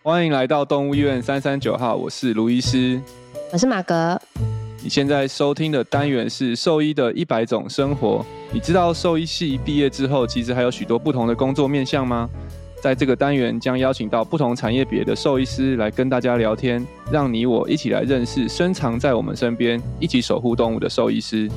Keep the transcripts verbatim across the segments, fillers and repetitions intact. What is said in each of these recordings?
欢迎来到动物医院三三九号，我是卢医师， 我是马格。 你现在收听的单元是兽医的一百种生活。你知道兽医系毕业之后，其实还有许多不同的工作面向吗？在这个单元将邀请到不同产业别的兽医师来跟大家聊天，让你我一起来认识深藏在我们身边，一起守护动物的兽医师。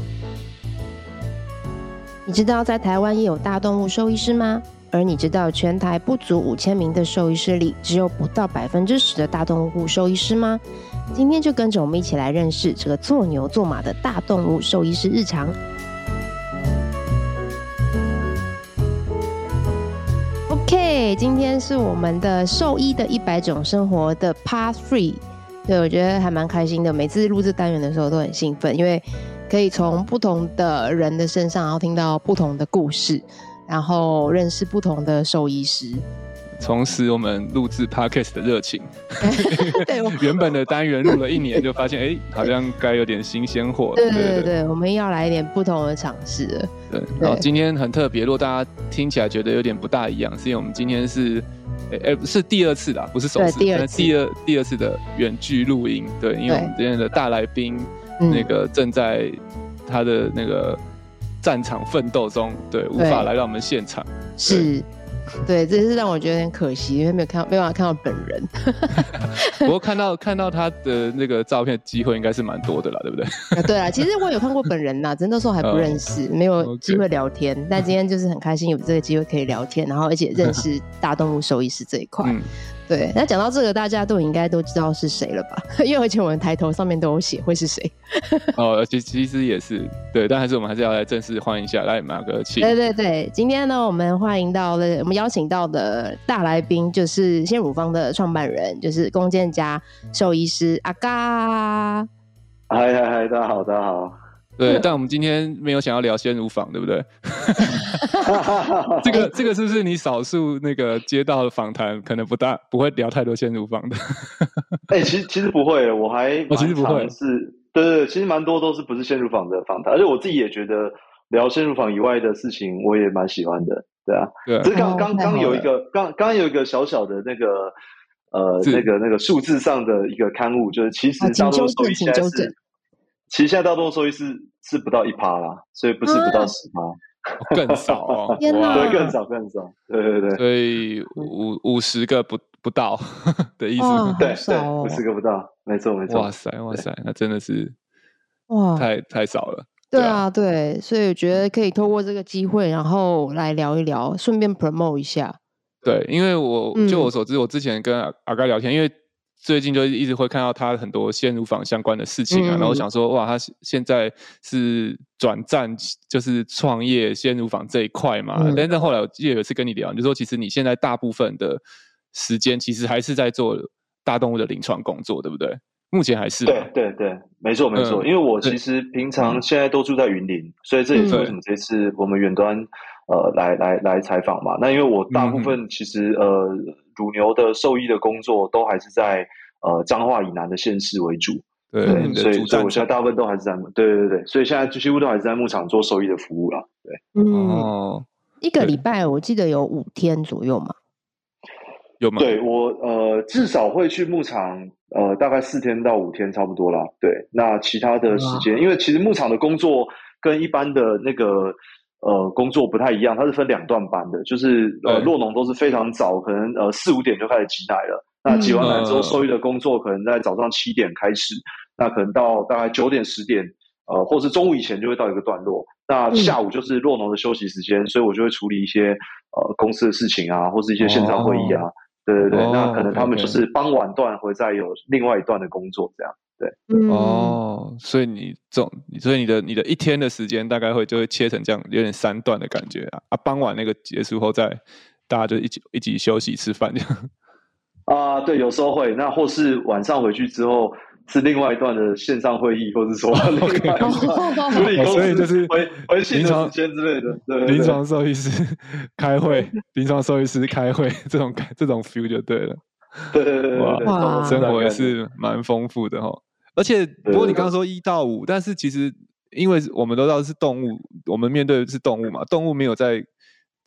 你知道在台湾也有大动物兽医师吗？而你知道全台不足五千名的兽医师里，只有不到百分之十的大动物兽医师吗？今天就跟着我们一起来认识这个做牛做马的大动物兽医师日常。OK， 今天是我们的兽医的一百种生活的 Part 三。对，我觉得还蛮开心的。每次录制单元的时候都很兴奋，因为可以从不同的人的身上，然后听到不同的故事。然后认识不同的兽医师， 重拾我们录制 podcast 的热情。原本的单元录了一年，就发现哎，好像该有点新鲜货。 对对 对, 对, 对，我们要来一点不同的尝试了。 对，然后今天很特别，如果大家听起来觉得有点不大一样，是因为我们今天是哎是第二次啦，不是首次， 第二次第二第二次的远距录音。对，因为我们今天的大来宾那个正在他的那个战场奋斗中，对，无法来到我们现场。 是，对，这是让我觉得有点可惜，因为没有看到，没有办法看到本人。 不过看到看到他的那个照片的机会应该是蛮多的啦，对不对？ 啊、对啊，其实我有看过本人啦，真的时候还不认识，哦、没有机会聊天。Okay. 但今天就是很开心有这个机会可以聊天，然后而且认识大动物兽医师这一块。嗯，对，那讲到这个，大家都应该都知道是谁了吧？因为而且我们抬头上面都有写会是谁。 哦，其其实也是对，但还是我们还是要来正式欢迎一下，来马格气。 对对对，今天呢，我们欢迎到了我们邀请到的大来宾，就是鲜乳坊的创办人，就是龚建嘉兽医师阿嘎。 嗨嗨嗨，大家好，大家好。 对，但我们今天没有想要聊鲜乳坊，对不对？这个这个是不是你少数那个接到的访谈，可能不大不会聊太多鲜乳坊的？ 哎、欸，其实其实不会，我还我、哦、其实不会是，对对对，其实蛮多都是不是鲜乳坊的访谈，而且我自己也觉得聊鲜乳坊以外的事情，我也蛮喜欢的，对啊。对，只是刚刚刚有一个刚刚有一个小小的那个呃那个那个数字上的一个刊物，就是其实大多数现在是。其实现在大多数兽医是是不到一趴啦，所以不是不到十趴、 啊，更少哦， 对， 更少更少，对对对， 所以五五十个不不到的意思， 哦、 对对，五十个不到，没错没错。 哇塞哇塞，那真的是哇，太太少了。 对啊，对，所以我觉得可以透过这个机会，然后来聊一聊，顺便 promote 一下。 对，因为我就我所知，嗯、我之前跟阿嘎聊天，因为最近就一直会看到他很多鲜乳坊相关的事情啊，嗯、然后我想说，哇，他现在是转战就是创业鲜乳坊这一块嘛，嗯、但是后来我记得有一次跟你聊，你就说其实你现在大部分的时间其实还是在做大动物的临床工作，对不对？目前还是对对对，没错没错，嗯、因为我其实平常现在都住在云林，嗯、所以这也是为什么这次我们远端呃来来来采访嘛。那因为我大部分其实、嗯、呃乳牛的兽医的工作都还是在呃彰化以南的县市为主， 对， 对所以所以我现在大部分都还是在对对对，所以现在几乎都还是在牧场做兽医的服务啦。对， 嗯，哦、一个礼拜我记得有五天左右嘛。 有吗？ 对我呃至少会去牧场呃大概四天到五天差不多啦。对，那其他的时间，因为其实牧场的工作跟一般的那个呃工作不太一样，它是分两段班的，就是呃酪农都是非常早，可能呃四五点就开始挤奶了。那挤完奶之后，兽医的工作可能在早上七点开始，那可能到大概九点十点，呃，或是中午以前就会到一个段落。那下午就是酪农的休息时间，所以我就会处理一些呃公司的事情啊，或是一些线上会议啊。哦对对对，哦、那可能他们就是傍晚段会再有另外一段的工作，这样对。 哦，所以你总，所以你的你的一天的时间大概会就会切成这样，有点三段的感觉啊。啊，傍晚那个结束后再大家就一起一起休息吃饭这样。 啊，对，有时候会，那或是晚上回去之后是另外一段的线上会议，或者说另外一段处理公司、 所以就是回回信的时间之类的。对对对， 临床兽医师开会，临床兽医师开会，这种这种 feel 就对了。 对对对对， 哇，生活也是蛮丰富的哈。而且，不过你刚刚说一到五，但是其实因为我们都知道是动物，我们面对的是动物嘛，动物没有在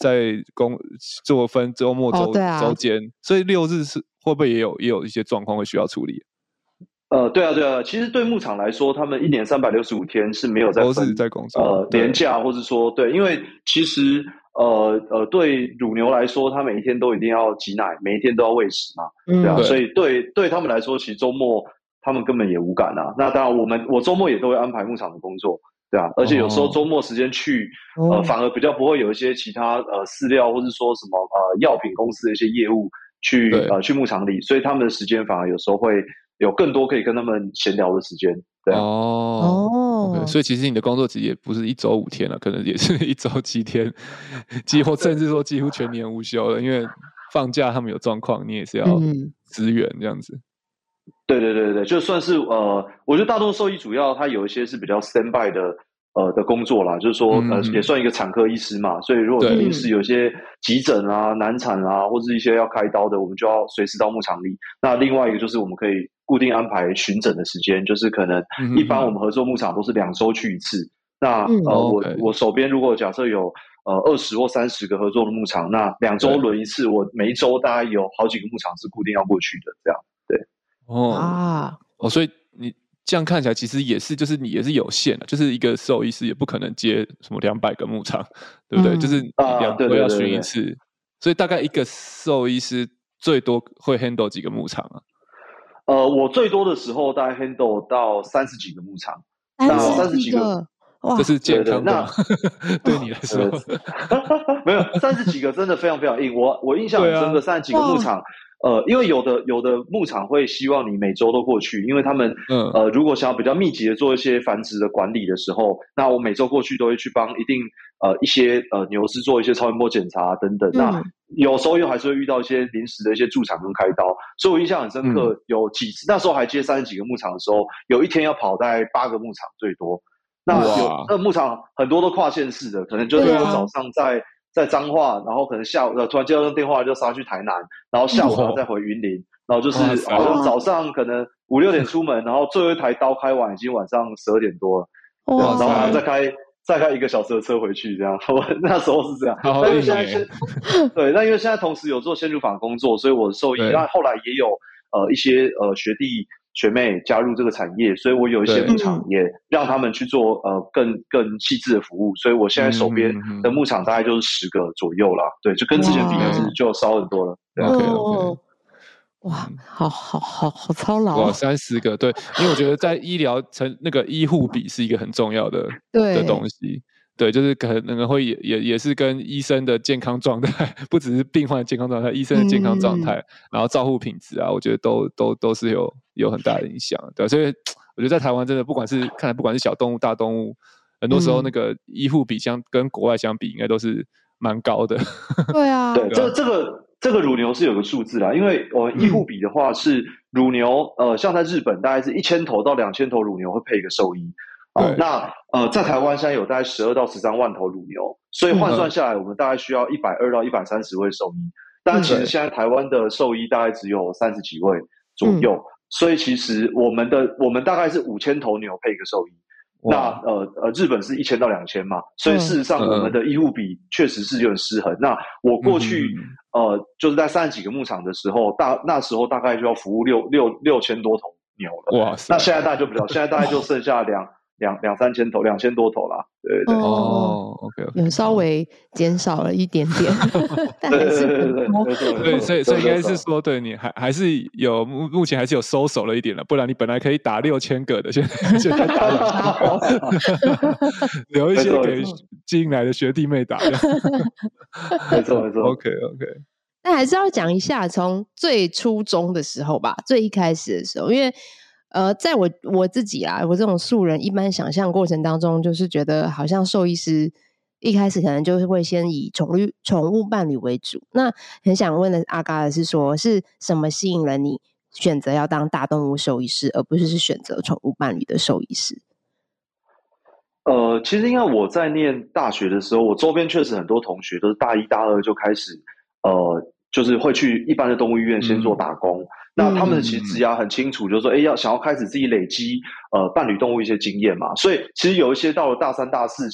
在工做分周末周、 哦对啊、 周间，所以六日是会不会也有也有一些状况会需要处理？ 呃，对啊，对啊，其实对牧场来说，他们一年三百六十五天是没有在分都是在工作， 呃年假，或是说对，因为其实呃呃，对乳牛来说，它每一天都一定要挤奶，每一天都要喂食嘛，对啊， 嗯、 所以对对他们来说，其实周末他们根本也无感啊。那当然，我们我周末也都会安排牧场的工作，对啊，而且有时候周末时间去，哦、呃，反而比较不会有一些其他呃饲料或是说什么呃药品公司的一些业务去呃去牧场里，所以他们的时间反而有时候会有更多可以跟他们闲聊的时间，对啊。 哦哦、okay, 所以其实你的工作其实也不是一周五天了，可能也是一周七天，几乎甚至说几乎全年无休了，因为放假他们有状况，你也是要支援这样子。 嗯、对对对对，就算是呃，我觉得大众兽医主要它有一些是比较 stand by 的。呃的工作啦，就是说呃也算一个产科医师嘛，所以如果临时有些急诊啊、难产啊，或是一些要开刀的，我们就要随时到牧场里。那另外一个就是我们可以固定安排巡诊的时间，就是可能一般我们合作牧场都是两周去一次。那呃我我手边如果假设有呃二十或三十个合作的牧场，那两周轮一次，我每一周大概有好几个牧场是固定要过去的，这样对。 哦啊哦，所以你。这样看起来其实也是，就是你也是有限的，就是一个兽医师也不可能接什么两百个牧场，对不对？嗯、就是两周要巡一次，啊、对对对对，所以大概一个兽医师最多会 handle 几个牧场啊？ 呃，我最多的时候大概 handle 到三十几个牧场，那三十几个， 哇， 这是健康的吗？对, 对你来说， 没有三十几个真的非常非常硬。我我印象很深刻，三十几个牧场。呃，因为有的有的牧场会希望你每周都过去，因为他们、嗯、呃如果想要比较密集的做一些繁殖的管理的时候，那我每周过去都会去帮一定呃一些呃牛只做一些超音波检查等等。嗯、那有时候又还是会遇到一些临时的一些驻场跟开刀，所以我印象很深刻，嗯、有几次那时候还接三十几个牧场的时候，有一天要跑大概八个牧场最多。那有那牧场很多都跨县市的，可能就是我早上在。在彰化，然后可能下午呃突然接到电话就杀去台南，然后下午还要再回云林，然后就是好像早上可能五六点出门，然后最后一台刀开完已经晚上十二点多了，然后还要再开再开一个小时的车回去，这样。我那时候是这样，但因为现在是，对，那因为现在同时有做鲜乳坊工作，所以我受益。那后来也有呃一些呃学弟。学妹加入这个产业，所以我有一些牧场也让他们去做呃更更细致的服务，所以我现在手边的牧场大概就是十个左右啦，对，就跟之前比还是就少很多了。对 ，OK OK， 哇，好好好好操劳， 哇，三十个，对，因为我觉得在医疗成那个医护比是一个很重要的的东西。对，就是可能会也也也是跟医生的健康状态，不只是病患的健康状态，医生的健康状态，嗯、然后照护品质啊，我觉得都都都是有有很大的影响。对，所以我觉得在台湾真的，不管是看来不管是小动物、大动物，很多时候那个医护比相跟国外相比，应该都是蛮高的。 对啊， 对，这这个这个乳牛是有个数字啦，因为我、呃、医护比的话是乳牛，呃，像在日本大概是一千头到两千头乳牛会配一个兽医。哦，那呃，在台湾现在有大概十二到十三万头乳牛，所以换算下来，我们大概需要一百二到一百三十位兽医。但其实现在台湾的兽医大概只有三十几位左右，嗯、所以其实我们的我们大概是五千头牛配一个兽医。那呃呃，日本是一千到两千嘛，所以事实上我们的医护比确实是有点失衡。嗯、那我过去、嗯、呃就是在三十几个牧场的时候，大那时候大概就要服务六六六千多头牛了。哇塞！那现在大概就不了，现在大概就剩下两。两两三千头，两千多头啦，对对哦 ，OK， 有稍微减少了一点点，但还是很多。 对，所以所以应该是说，对你还还是有目目前还是有收手了一点了，不然你本来可以打六千个的，现在现在打两千个，留一些给进来的学弟妹打。 没错没错 ，OK OK。 那还是要讲一下从最初中的时候吧，最一开始的时候，因为。呃，在我我自己啦，我这种素人一般想象过程当中，就是觉得好像兽医师一开始可能就是会先以宠物宠物伴侣为主。那很想问的阿嘎的是说，是什么吸引了你选择要当大动物兽医师，而不是是选择宠物伴侣的兽医师？ 呃，其实因为我在念大学的时候，我周边确实很多同学都是大一大二就开始，呃，就是会去一般的动物医院先做打工。嗯那他们其实职涯很清楚，就是说，哎，要想要开始自己累积呃伴侣动物一些经验嘛，所以其实有一些到了大三、大四，其实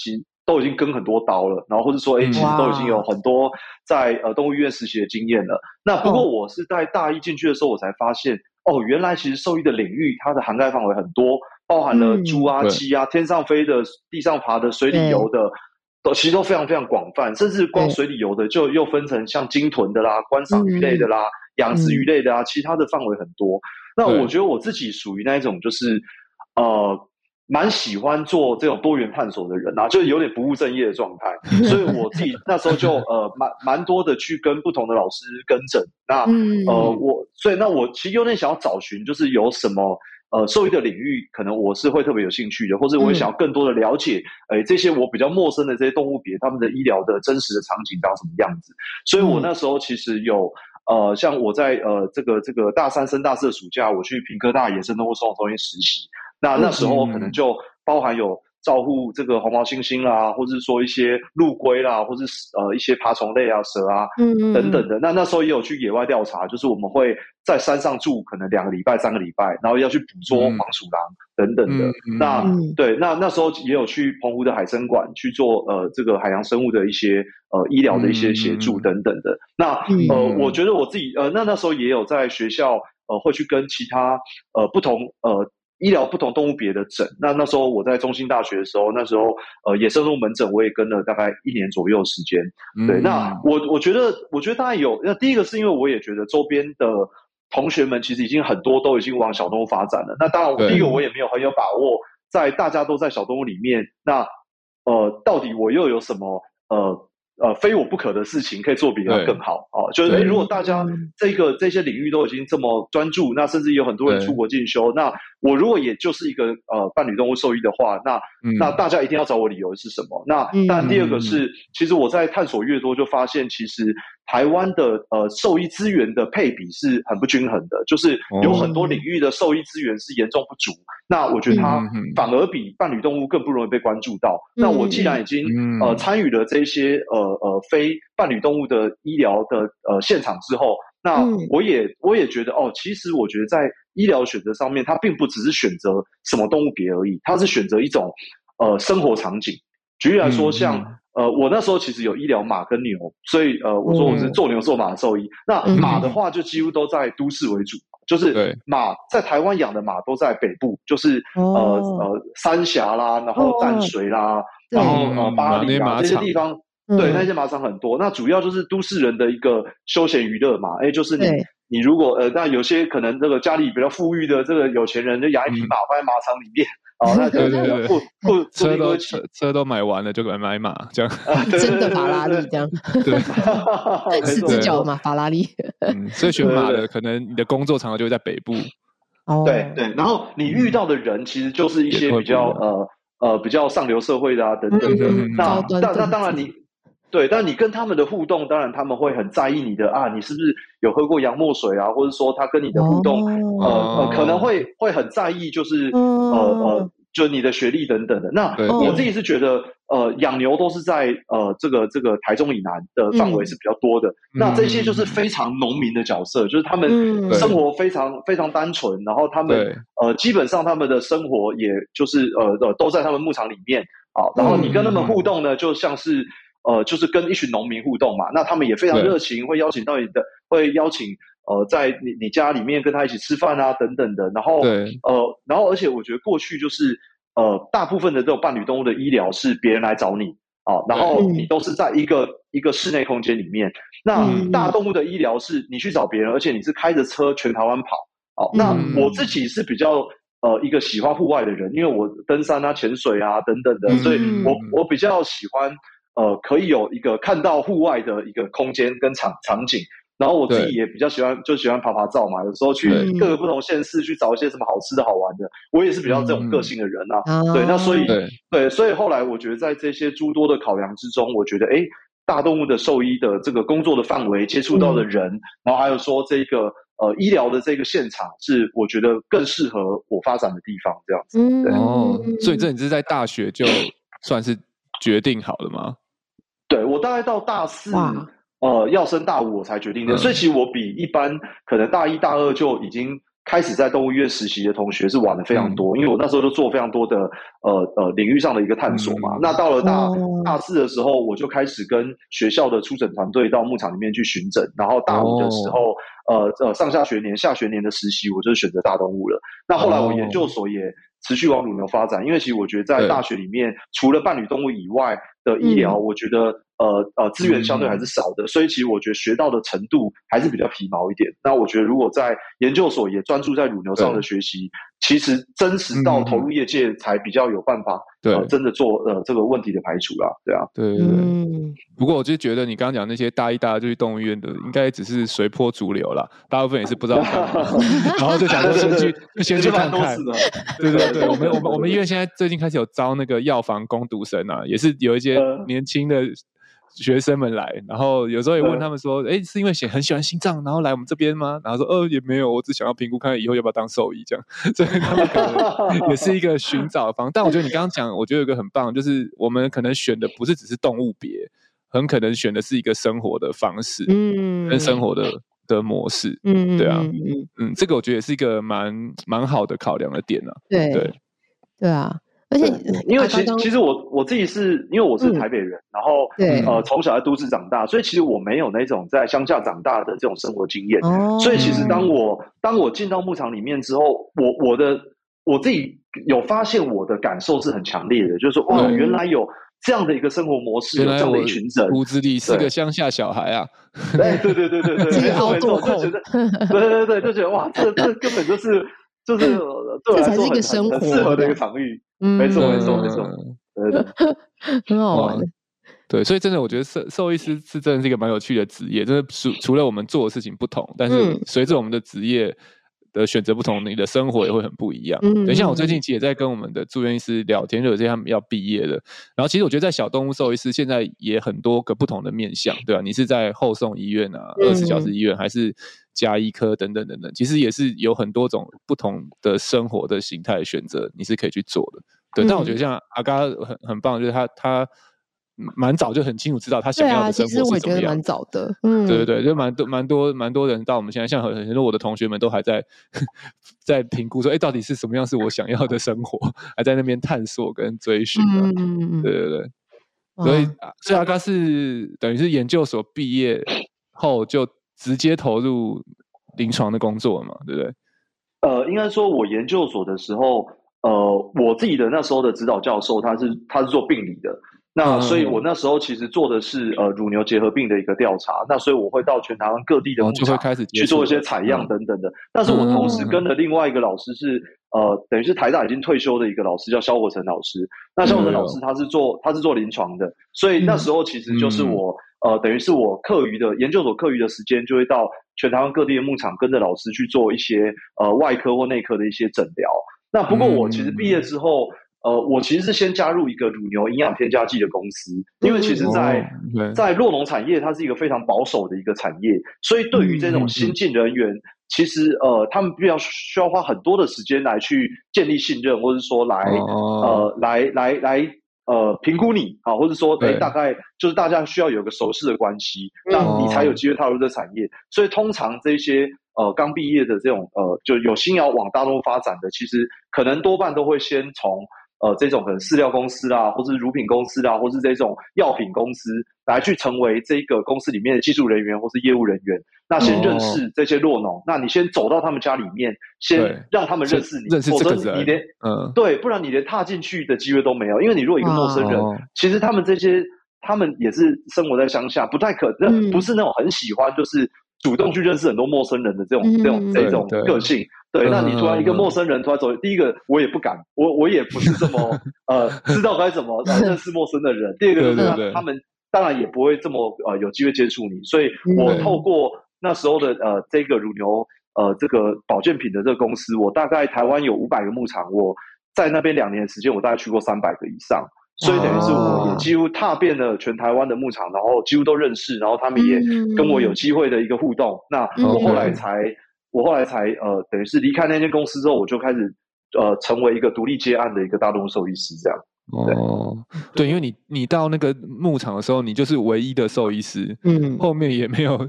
都已经跟很多刀了，然后或者说哎、欸、其实都已经有很多在呃动物医院实习的经验了。那不过我是在大一进去的时候，我才发现哦，原来其实兽医的领域它的涵盖范围很多，包含了猪啊、嗯、鸡啊、天上飞的、地上爬的、水里游的。都其实都非常非常广泛，甚至光水里游的就又分成像鲸豚的啦、观赏鱼类的啦、养殖鱼类的啊，其他的范围很多。那我觉得我自己属于那一种就是呃蛮喜欢做这种多元探索的人啊，就是有点不务正业的状态。所以我自己那时候就呃蛮蛮多的去跟不同的老师跟诊。那呃我所以那我其实有点想要找寻，就是有什么。呃，兽医的领域可能我是会特别有兴趣的，或者我也想要更多的了解，呃，这些我比较陌生的这些动物别，他们的医疗的真实的场景长什么样子。所以我那时候其实有呃，像我在呃这个这个大三升大四的暑假，我去屏科大野生动物收容中心实习。那那时候可能就包含有照护这个红毛猩猩啦，或是说一些陆龟啦，或是呃一些爬虫类啊、蛇啊等等的。那那时候也有去野外调查，就是我们会在山上住可能两个礼拜、三个礼拜，然后要去捕捉黄鼠狼等等的。嗯、那、嗯、对，那那时候也有去澎湖的海生馆去做呃这个海洋生物的一些呃医疗的一些协助等等的。那呃，我觉得我自己呃那那时候也有在学校呃会去跟其他呃不同呃。医疗不同动物别的诊，那那时候我在中兴大学的时候，那时候呃野生动物门诊我也跟了大概一年左右的时间。嗯、对，那我我觉得我觉得当然有，那第一个是因为我也觉得周边的同学们其实已经很多都已经往小动物发展了。那当然，第一个我也没有很有把握，在大家都在小动物里面，那呃到底我又有什么呃。呃，非我不可的事情可以做比人更好哦。就是，哎，如果大家这个这些领域都已经这么专注，那甚至有很多人出国进修，那我如果也就是一个呃伴侣动物兽医的话，那、嗯、那大家一定要找我理由是什么？那当然，第二个是，嗯、其实我在探索越多，就发现其实台湾的呃兽医资源的配比是很不均衡的，就是有很多领域的兽医资源是严重不足。哦、那我觉得它反而比伴侣动物更不容易被关注到。嗯、那我既然已经、嗯、呃参与了这些呃。呃，非伴侣动物的医疗的呃现场之后，那我也、嗯、我也觉得哦，其实我觉得在医疗选择上面，它并不只是选择什么动物别而已，它是选择一种呃生活场景。举例来说，像、嗯、呃我那时候其实有医疗马跟牛，所以呃我说我是做牛做马的兽医。嗯、那马的话就几乎都在都市为主，就是马在台湾养的马都在北部，就是呃呃三峡啦，然后淡水啦，然后呃八里啦这些地方。对，那些马场很多，那主要就是都市人的一个休闲娱乐嘛。哎，就是你你如果呃，那有些可能这个家里比较富裕的这个有钱人，就养一匹马放在马场里面，哦，那就对对对， 不不车都车车都买完了，就来买马这样， 啊、真的法拉利这样， 对， 四只脚嘛，法拉利。 嗯，所以选马的可能你的工作常常就会在北部。 哦，对对，然后你遇到的人其实就是一些比较呃呃比较上流社会的啊等等的，嗯、那那那当然你。对，但你跟他们的互动，当然他们会很在意你的啊，你是不是有喝过洋墨水啊，或者说他跟你的互动，哦、呃呃，可能会会很在意，就是呃呃，就你的学历等等的。那我自己是觉得，呃，养牛都是在呃这个这个台中以南的范围是比较多的。嗯、那这些就是非常农民的角色，就是他们生活非常、嗯、非常单纯，然后他们呃基本上他们的生活也就是呃呃都在他们牧场里面啊，然后你跟他们互动呢，就像是。呃，就是跟一群农民互动嘛，那他们也非常热情，会邀请到你的，会邀请呃，在你你家里面跟他一起吃饭啊，等等的。然后呃，然后而且我觉得过去就是呃，大部分的这种伴侣动物的医疗是别人来找你啊、呃，然后你都是在一个、嗯、一个室内空间里面。那大动物的医疗是你去找别人，而且你是开着车全台湾跑。哦、呃，那我自己是比较。呃，一个喜欢户外的人，因为我登山啊、潜水啊等等的，所以我我比较喜欢呃，可以有一个看到户外的一个空间跟场场景。然后我自己也比较喜欢，就喜欢爬爬照嘛，有时候去各个不同县市去找一些什么好吃的好玩的，我也是比较这种个性的人啊。嗯、对，那所以 对, 对，所以后来我觉得在这些诸多的考量之中，我觉得哎，大动物的兽医的这个工作的范围、接触到的人，嗯、然后还有说这个。呃，医疗的这个现场是我觉得更适合我发展的地方，这样子。嗯、对哦，所以这你是在大学就算是决定好了吗？ 对，我大概到大四，呃，要升大五我才决定的，嗯、所以其实我比一般可能大一大二就已经开始在动物医院实习的同学是晚的非常多，嗯、因为我那时候就做非常多的呃呃领域上的一个探索嘛。嗯、那到了大、哦、大四的时候，我就开始跟学校的出诊团队到牧场里面去巡诊，然后大五的时候，哦、呃呃上下学年、下学年的实习，我就选择大动物了。那后来我研究所也持续往乳牛发展，因为其实我觉得在大学里面，除了伴侣动物以外的医疗，嗯、我觉得呃呃资源相对还是少的，嗯、所以其实我觉得学到的程度还是比较皮毛一点。那我觉得如果在研究所也专注在乳牛上的学习，其实真实到投入业界才比较有办法，对、呃，真的做呃这个问题的排除啦，对啊， 对对对。嗯、不过我就觉得你刚刚讲那些大一大二就去动物医院的，应该只是随波逐流啦，大部分也是不知道干嘛，然后就想说先去就先去看看，对对对，我们我们我们医院现在最近开始有招那个药房工读生啊，也是有一些年轻的学生们来，然后有时候也问他们说，哎，是因为很喜欢心脏，然后来我们这边吗？然后说，呃，也没有，我只想要评估看看以后要不要当兽医这样，所以他们可能也是一个寻找方。但我觉得你刚刚讲，我觉得有一个很棒，就是我们可能选的不是只是动物别，很可能选的是一个生活的方式，嗯，跟生活的的模式，嗯，对啊，嗯嗯，这个我觉得也是一个蛮蛮好的考量的点啊， 对对对啊。而且， 因为其实其实我我自己是因为我是台北人，嗯、然后对呃从小在都市长大，所以其实我没有那种在乡下长大的这种生活经验。哦、所以其实当我当我进到牧场里面之后，我我的我自己有发现我的感受是很强烈的，就是说哇，原来有这样的一个生活模式，有这样的一群人， 骨子里是个乡下小孩啊。 对对对对对对，没错没错，就觉得对对对对，就觉得哇，这这根本就是就是对我来说很很适合的一个场域。嗯，没错没错没错，对， 很好玩。 对，所以真的，我觉得兽兽医师是真的是一个蛮有趣的职业。真的，除除了我们做的事情不同，但是随着我们的职业的选择不同，你的生活也会很不一样。嗯，等一下，我最近其实也在跟我们的住院医师聊天，就有些他们要毕业的。然后，其实我觉得在小动物兽医师现在也很多个不同的面向，对吧、啊？你是在后送医院啊，二十小时医院，还是家医科等等等等，其实也是有很多种不同的生活的形态选择，你是可以去做的。对，嗯、但我觉得像阿嘎很很棒，就是他他蛮早就很清楚知道他想要的生活是怎么样。 对啊，其实我觉得蛮早的。嗯， 对对对，就蛮多蛮多蛮多人到我们现在，像很很多我的同学们都还在在评估说，哎，到底是什么样是我想要的生活，还在那边探索跟追寻的。嗯，对对对。所以，所以阿嘎是等于是研究所毕业后就直接投入临床的工作嘛，对不对？ 呃，应该说，我研究所的时候，呃，我自己的那时候的指导教授，他是他是做病理的，那所以我那时候其实做的是呃乳牛结核病的一个调查，那所以我会到全台湾各地的牧场去做一些采样等等的。但是我同时跟了另外一个老师是呃，等于是台大已经退休的一个老师，叫萧火成老师。那萧火成老师他是做他是做临床的，所以那时候其实就是我。呃，等于是我课余的研究所课余的时间，就会到全台湾各地的牧场，跟着老师去做一些呃外科或内科的一些诊疗。那不过我其实毕业之后，嗯、呃，我其实是先加入一个乳牛营养添加剂的公司，因为其实在，在、哦、在酪农产业，它是一个非常保守的一个产业，所以对于这种新进人员，嗯、其实呃，他们必要需要花很多的时间来去建立信任，或者说来、哦、呃来来来。呃，评估你啊，或者说，哎，大概就是大家需要有个熟识的关系，那你才有机会踏入这产业。所以，通常这些呃刚毕业的这种呃，就有心要往大陆发展的，其实可能多半都会先从呃这种可能饲料公司啦，或是乳品公司啦，或是这种药品公司来去成为这个公司里面的技术人员或是业务人员。那先认识这些酪农，哦、那你先走到他们家里面，先让他们认识你， 认识这个人， 否则你连嗯对，不然你连踏进去的机会都没有。因为你如果一个陌生人，哦、其实他们这些他们也是生活在乡下，不太可能、嗯、不是那种很喜欢就是主动去认识很多陌生人的这种、嗯、这种这种个性。对, 对，那你突然一个陌生人突然走，第一个我也不敢，我我也不是这么呃知道该怎么认识陌生的人。第二个就是他, 对对对他们当然也不会这么呃有机会接触你，所以我透过那时候的呃这个乳牛呃这个保健品的这个公司，我大概台湾有五百个牧场，我在那边两年的时间，我大概去过三百个以上，所以等于是我也几乎踏遍了全台湾的牧场，然后几乎都认识，然后他们也跟我有机会的一个互动。那我后来才我后来才呃等于是离开那间公司之后，我就开始呃成为一个独立接案的一个大动物兽医师这样。 哦，对，因为你你到那个牧场的时候，你就是唯一的兽医师，嗯，后面也没有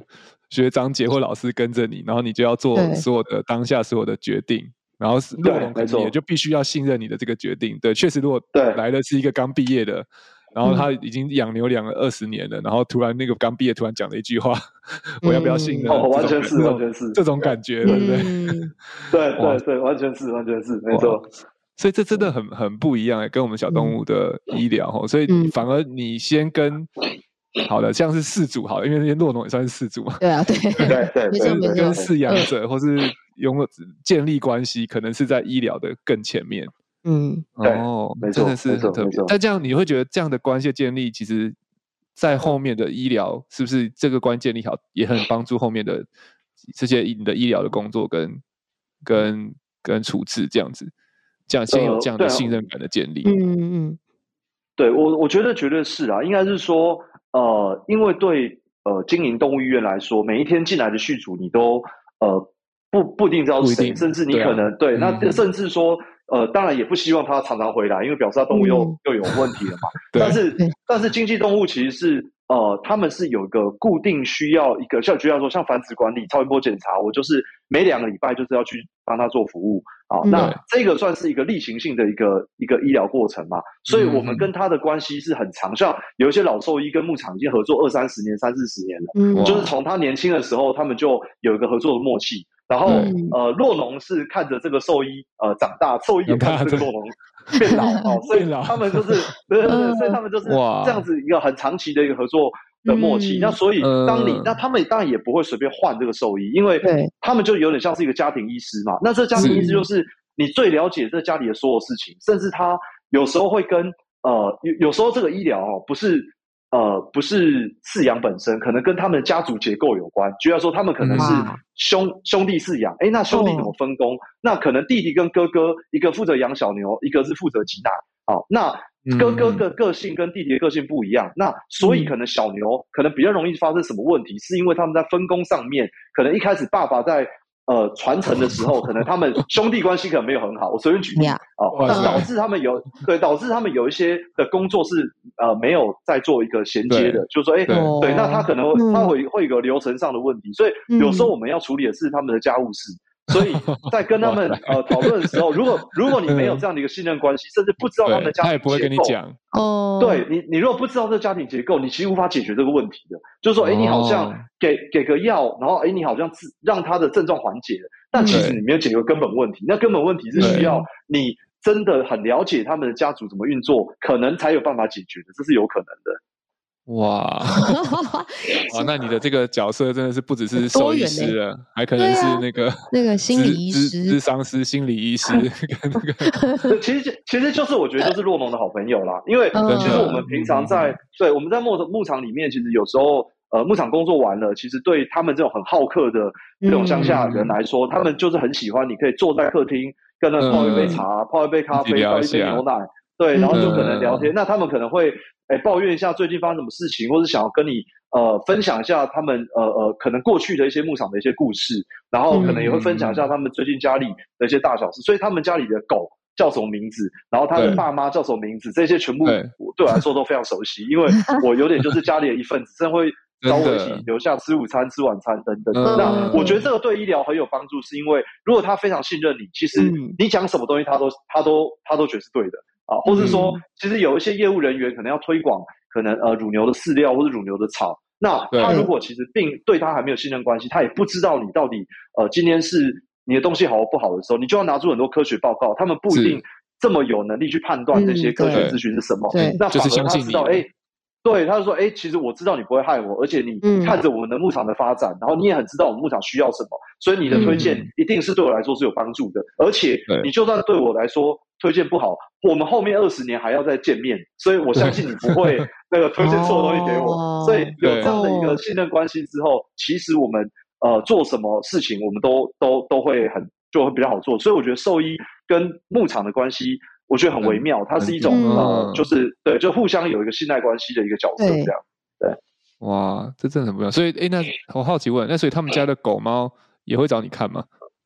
学长姐或老师跟着你，然后你就要做所有的当下所有的决定，然后洛农可能也就必须要信任你的这个决定。对，确实如果来的是一个刚毕业的，然后他已经养牛养了二十年了，然后突然那个刚毕业突然讲了一句话，我要不要信任？ 哦，完全是，完全是这种感觉，对不对？ 对对对，完全是，完全是，没错。 所以这真的很很不一样，跟我们小动物的医疗，嗯、所以反而你先跟好的像是饲主好了，因为那些洛农也算是饲主嘛。 对啊，对对对， 没错没错。 跟饲养者或是拥有建立关系，可能是在医疗的更前面。 嗯， 哦，真的是很特别。但这样你会觉得这样的关系建立，其实在后面的医疗是不是这个关系建立好，也很帮助后面的这些你的医疗的工作跟跟跟处置这样子。这样先有这样的信任感的建立， 嗯嗯， 对我我觉得绝对是啊，应该是说，呃，因为对呃经营动物医院来说，每一天进来的续主你都呃不不一定知道是谁，甚至你可能 对, 对、嗯、那甚至说呃，当然也不希望他常常回来，因为表示他动物又、嗯、又有问题了嘛。但是但是经济动物其实是呃，他们是有一个固定需要一个，像就像说像繁殖管理、超音波检查，我就是每两个礼拜就是要去帮他做服务啊。那这个算是一个例行性的一个一个医疗过程嘛，所以我们跟他的关系是很长。像有一些老兽医跟牧场已经合作二三十年、三四十年了，嗯，就是从他年轻的时候，他们就有一个合作的默契。然后、嗯、呃，洛农是看着这个兽医呃长大，兽医也看着这个洛农变老哦，所以他们就是对对对，所以他们就是这样子一个很长期的一个合作的默契。那所以当你、呃、那他们当然也不会随便换这个兽医，因为他们就有点像是一个家庭医师嘛。那这家庭医师就是你最了解这家里的所有事情，甚至他有时候会跟呃有有时候这个医疗哦不是。呃，不是饲养本身，可能跟他们的家族结构有关。就要说他们可能是兄、嗯、兄弟饲养，哎，那兄弟怎么分工？哦、那可能弟弟跟哥哥，一个负责养小牛，一个是负责挤奶。好、哦，那哥哥的个性跟弟弟的个性不一样，嗯、那所以可能小牛可能比较容易发生什么问题，是因为他们在分工上面，可能一开始爸爸在。呃，传承的时候，可能他们兄弟关系可能没有很好。我随便举例啊，那导致他们有对，导致他们有一些的工作是呃没有在做一个衔接的，就是说，哎，对，那他可能会、嗯、他会会有个流程上的问题，所以有时候我们要处理的是他们的家务事。所以在跟他们呃讨论的时候，如果如果你没有这样的一个信任关系，甚至不知道他们的家庭结构，他也不会跟你讲哦。对你，你如果不知道这个家庭结构，你其实无法解决这个问题的。就是说，哎，你好像给给个药，然后哎，你好像让他的症状缓解了，但其实你没有解决根本问题。那根本问题是需要你真的很了解他们的家族怎么运作，可能才有办法解决的，这是有可能的。 哇，哇，那你的这个角色真的是不只是兽医师了，欸、还可能是那个、啊、 那个心理医师、 咨商师、心理医师跟那个， 其实其实就是我觉得就是洛农的好朋友啦，因为其实我们平常在、嗯、对我们在牧牧场里面，其实有时候呃牧场工作完了，其实对他们这种很好客的这种乡下人来说，嗯、他们就是很喜欢你可以坐在客厅跟他泡一杯茶、嗯、泡一杯咖啡、泡一杯牛奶。对，然后就可能聊天，嗯、那他们可能会诶抱怨一下最近发生什么事情，或是想要跟你呃分享一下他们呃呃可能过去的一些牧场的一些故事，然后可能也会分享一下他们最近家里的一些大小事。所以他们家里的狗叫什么名字，然后他的爸妈叫什么名字，这些全部对我来说都非常熟悉，因为我有点就是家里的一份子，甚至会找我一起留下吃午餐、吃晚餐等等。嗯、那我觉得这个对医疗很有帮助，是因为如果他非常信任你，其实你讲什么东西他都他都他都觉得是对的。啊，或是说，其实有一些业务人员可能要推广，可能呃乳牛的饲料或是乳牛的草，那他如果其实并对他还没有信任关系，他也不知道你到底呃今天是你的东西好或不好的时候，你就要拿出很多科学报告，他们不一定这么有能力去判断这些科学资讯是什么， 嗯、 那反而他知道，哎、 就是， 对，他就说，哎，其实我知道你不会害我，而且你看着我们的牧场的发展，嗯、然后你也很知道我们牧场需要什么，所以你的推荐一定是对我来说是有帮助的，嗯、而且你就算对我来说推荐不好，我们后面二十年还要再见面，所以我相信你不会那个推荐错的东西给我，哦、所以有这样的一个信任关系之后，其实我们呃做什么事情我们都都都会很就会比较好做，所以我觉得兽医跟牧场的关系。我觉得很微妙，它是一种、嗯、呃，就是对，就互相有一个信赖关系的一个角色，这样对。 哇，这真的很不一样。所以，哎，那我好奇问，那所以他们家的狗猫也会找你看吗？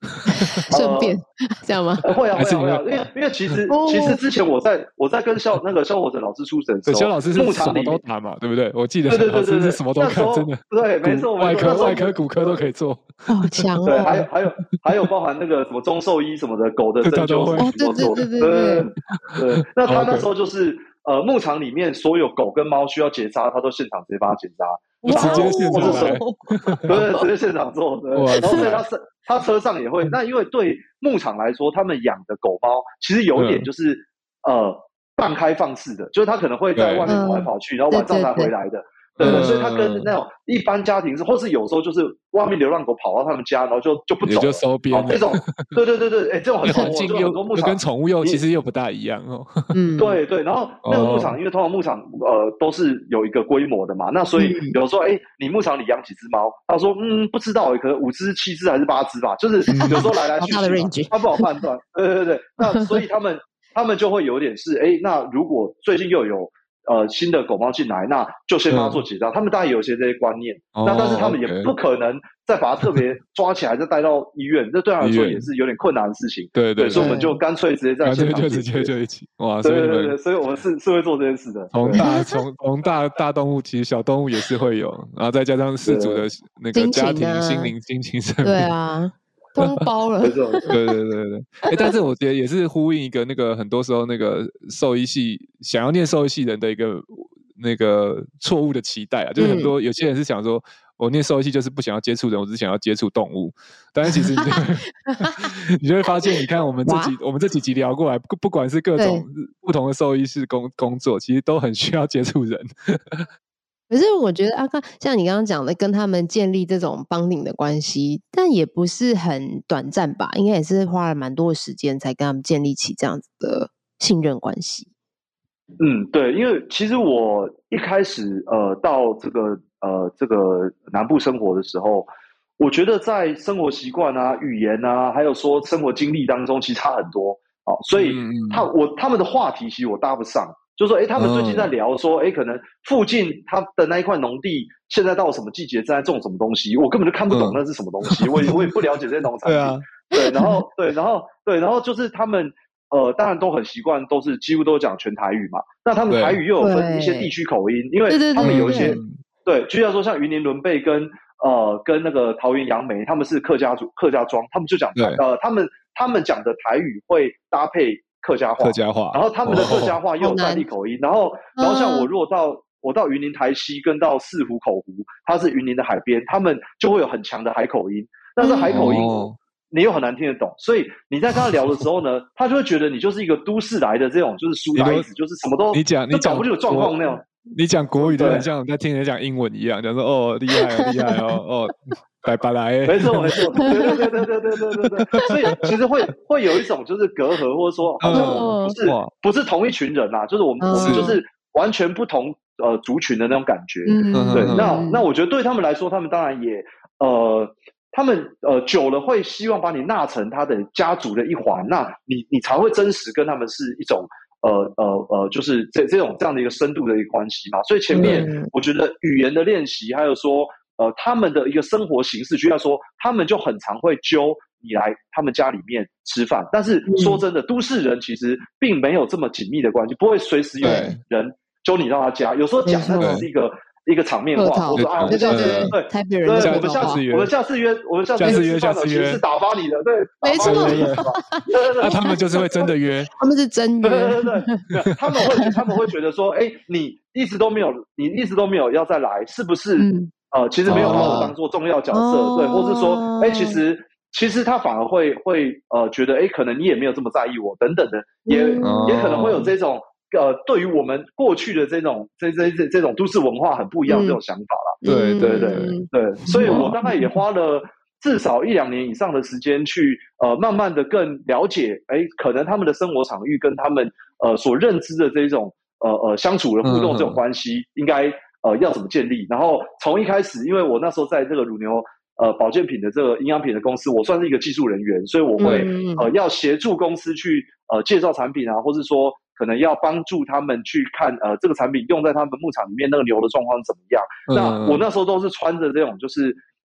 顺便、呃、这样吗？ 会啊会啊会啊，因为因为其实、哦、其实之前我在我在跟肖那个肖火神老师出诊的时候， 肖老师是什么都打嘛，对不对？我记得对对对对对， 什么都看，真的对，没错， 外科外科骨科都可以做， 好强哦。 对，还有还有还有包含那个什么中兽医什么的，狗的针灸什么都做， 对对对对对对。那他那时候就是呃牧场里面所有狗跟猫需要结扎，他都现场直接帮他结扎。 直接现场来， 对，直接现场做。然后所以他是他车上也会。那因为对牧场来说，他们养的狗猫其实有点就是、嗯、呃半开放式的，就是他可能会在外面跑来跑去，然后晚上才回来的。对对，所以他跟那种一般家庭是，或是有时候就是外面流浪狗跑到他们家，然后就就不走了， 也就收编了。 这种，对对对对，哎，这种很近又跟宠物又其实又不大一样哦。 嗯，对对。然后那个牧场，因为通常牧场呃都是有一个规模的嘛，那所以有时候哎，你牧场里养几只猫，他说嗯不知道，可能五只、七只还是八只吧，就是有时候来来去去，他不好判断。对对对，那所以他们他们就会有点是哎，那如果最近又有。呃，新的狗猫进来，那就先帮它做结扎。嗯、他们当然有一些这些观念，哦、那但是他们也不可能再把它特别抓起来，再带到医院，这对他来说也是有点困难的事情。 对 对, 对， 所以我们就干脆直接在现场就直接就一起哇！ 对对对对，所以我们是是会做这件事的。 从大从从大大动物，其实小动物也是会有，然后再加上饲主的那个家庭、心灵、心情上面， 对啊。通包了， 对对对对对，哎，但是我觉得也是呼应一个那个很多时候那个兽医系想要念兽医系人的一个那个错误的期待啊，就是很多有些人是想说，我念兽医系就是不想要接触人，我只想要接触动物，但是其实你就会你就会发现，你看我们这几我们这几集聊过来，不不管是各种不同的兽医师工工作，其实都很需要接触人。 可是我觉得阿康像你刚刚讲的，跟他们建立这种bonding的关系，但也不是很短暂吧？应该也是花了蛮多的时间才跟他们建立起这样子的信任关系。 嗯，对，因为其实我一开始呃到这个呃这个南部生活的时候，我觉得在生活习惯啊、语言啊，还有说生活经历当中，其实差很多啊、哦，所以他我他们的话题其实我搭不上。就说，哎，他们最近在聊说，哎、嗯，可能附近他的那一块农地现在到什么季节正在种什么东西，我根本就看不懂那是什么东西，嗯、我也我也不了解这些农产品。对啊，对，然后对，然后对，然后就是他们呃，当然都很习惯，都是几乎都讲全台语嘛。那他们台语又有分一些地区口音，因为他们有一些对，就像说像云林伦贝跟呃跟那个桃园杨梅，他们是客家族客家庄，他们就讲呃他们他们讲的台语会搭配。客家话， 客家话， 然后他们的客家话又有在地口音，哦、然后，然后像我如果到、嗯、我到云林台西跟到四湖口湖，它是云林的海边，他们就会有很强的海口音，但是海口音、嗯、你又很难听得懂，所以你在跟他聊的时候呢，他就会觉得你就是一个都市来的这种就是书呆子，就是什么都你讲你讲不清楚状况那种。 你讲国语都很像在听人讲英文一样，讲说哦厉害哦厉害哦哦。拜拜来， 没错没错，对对对对对对对对对，所以其实会会有一种就是隔阂，或者说好像不是、嗯、不是同一群人啊，就是我们、嗯、我们就是完全不同呃族群的那种感觉。嗯，对，那那我觉得对他们来说，他们当然也呃，他们呃久了会希望把你纳成他的家族的一环，那你你才会真实跟他们是一种。呃呃呃，就是这这种这样的一个深度的一个关系嘛，所以前面我觉得语言的练习，还有说呃他们的一个生活形式，就像说他们就很常会揪你来他们家里面吃饭，但是说真的，都市人其实并没有这么紧密的关系，不会随时有人揪你到他家，有时候讲那只是一个。一个场面话，我说啊，我们下次对台北人， 对，我们下次我们下次约，我们下次约，下次约是打发你的，对， 没错， 那他们就是会真的约， 他们是真约， 对对对，他们会他们会觉得说，哎，你一直都没有，你一直都没有要再来，是不是？呃，其实没有把我当做重要角色，对，或是说，哎，其实其实他反而会会呃觉得，哎，可能你也没有这么在意我，等等的，也也可能会有这种。呃，对于我们过去的这种这这这这种都市文化很不一样的这种想法啦。 嗯、对对对对对，所以我大概也花了至少一两年以上的时间去呃，慢慢的更了解，哎，可能他们的生活场域跟他们呃所认知的这种呃呃相处的互动这种关系，嗯、应该呃要怎么建立？然后从一开始，因为我那时候在这个乳牛呃保健品的这个营养品的公司，我算是一个技术人员，所以我会、嗯、呃要协助公司去呃介绍产品啊，或是说。可能要帮助他们去看，呃，这个产品用在他们牧场里面那个牛的状况怎么样？嗯、那我那时候都是穿着这种，就是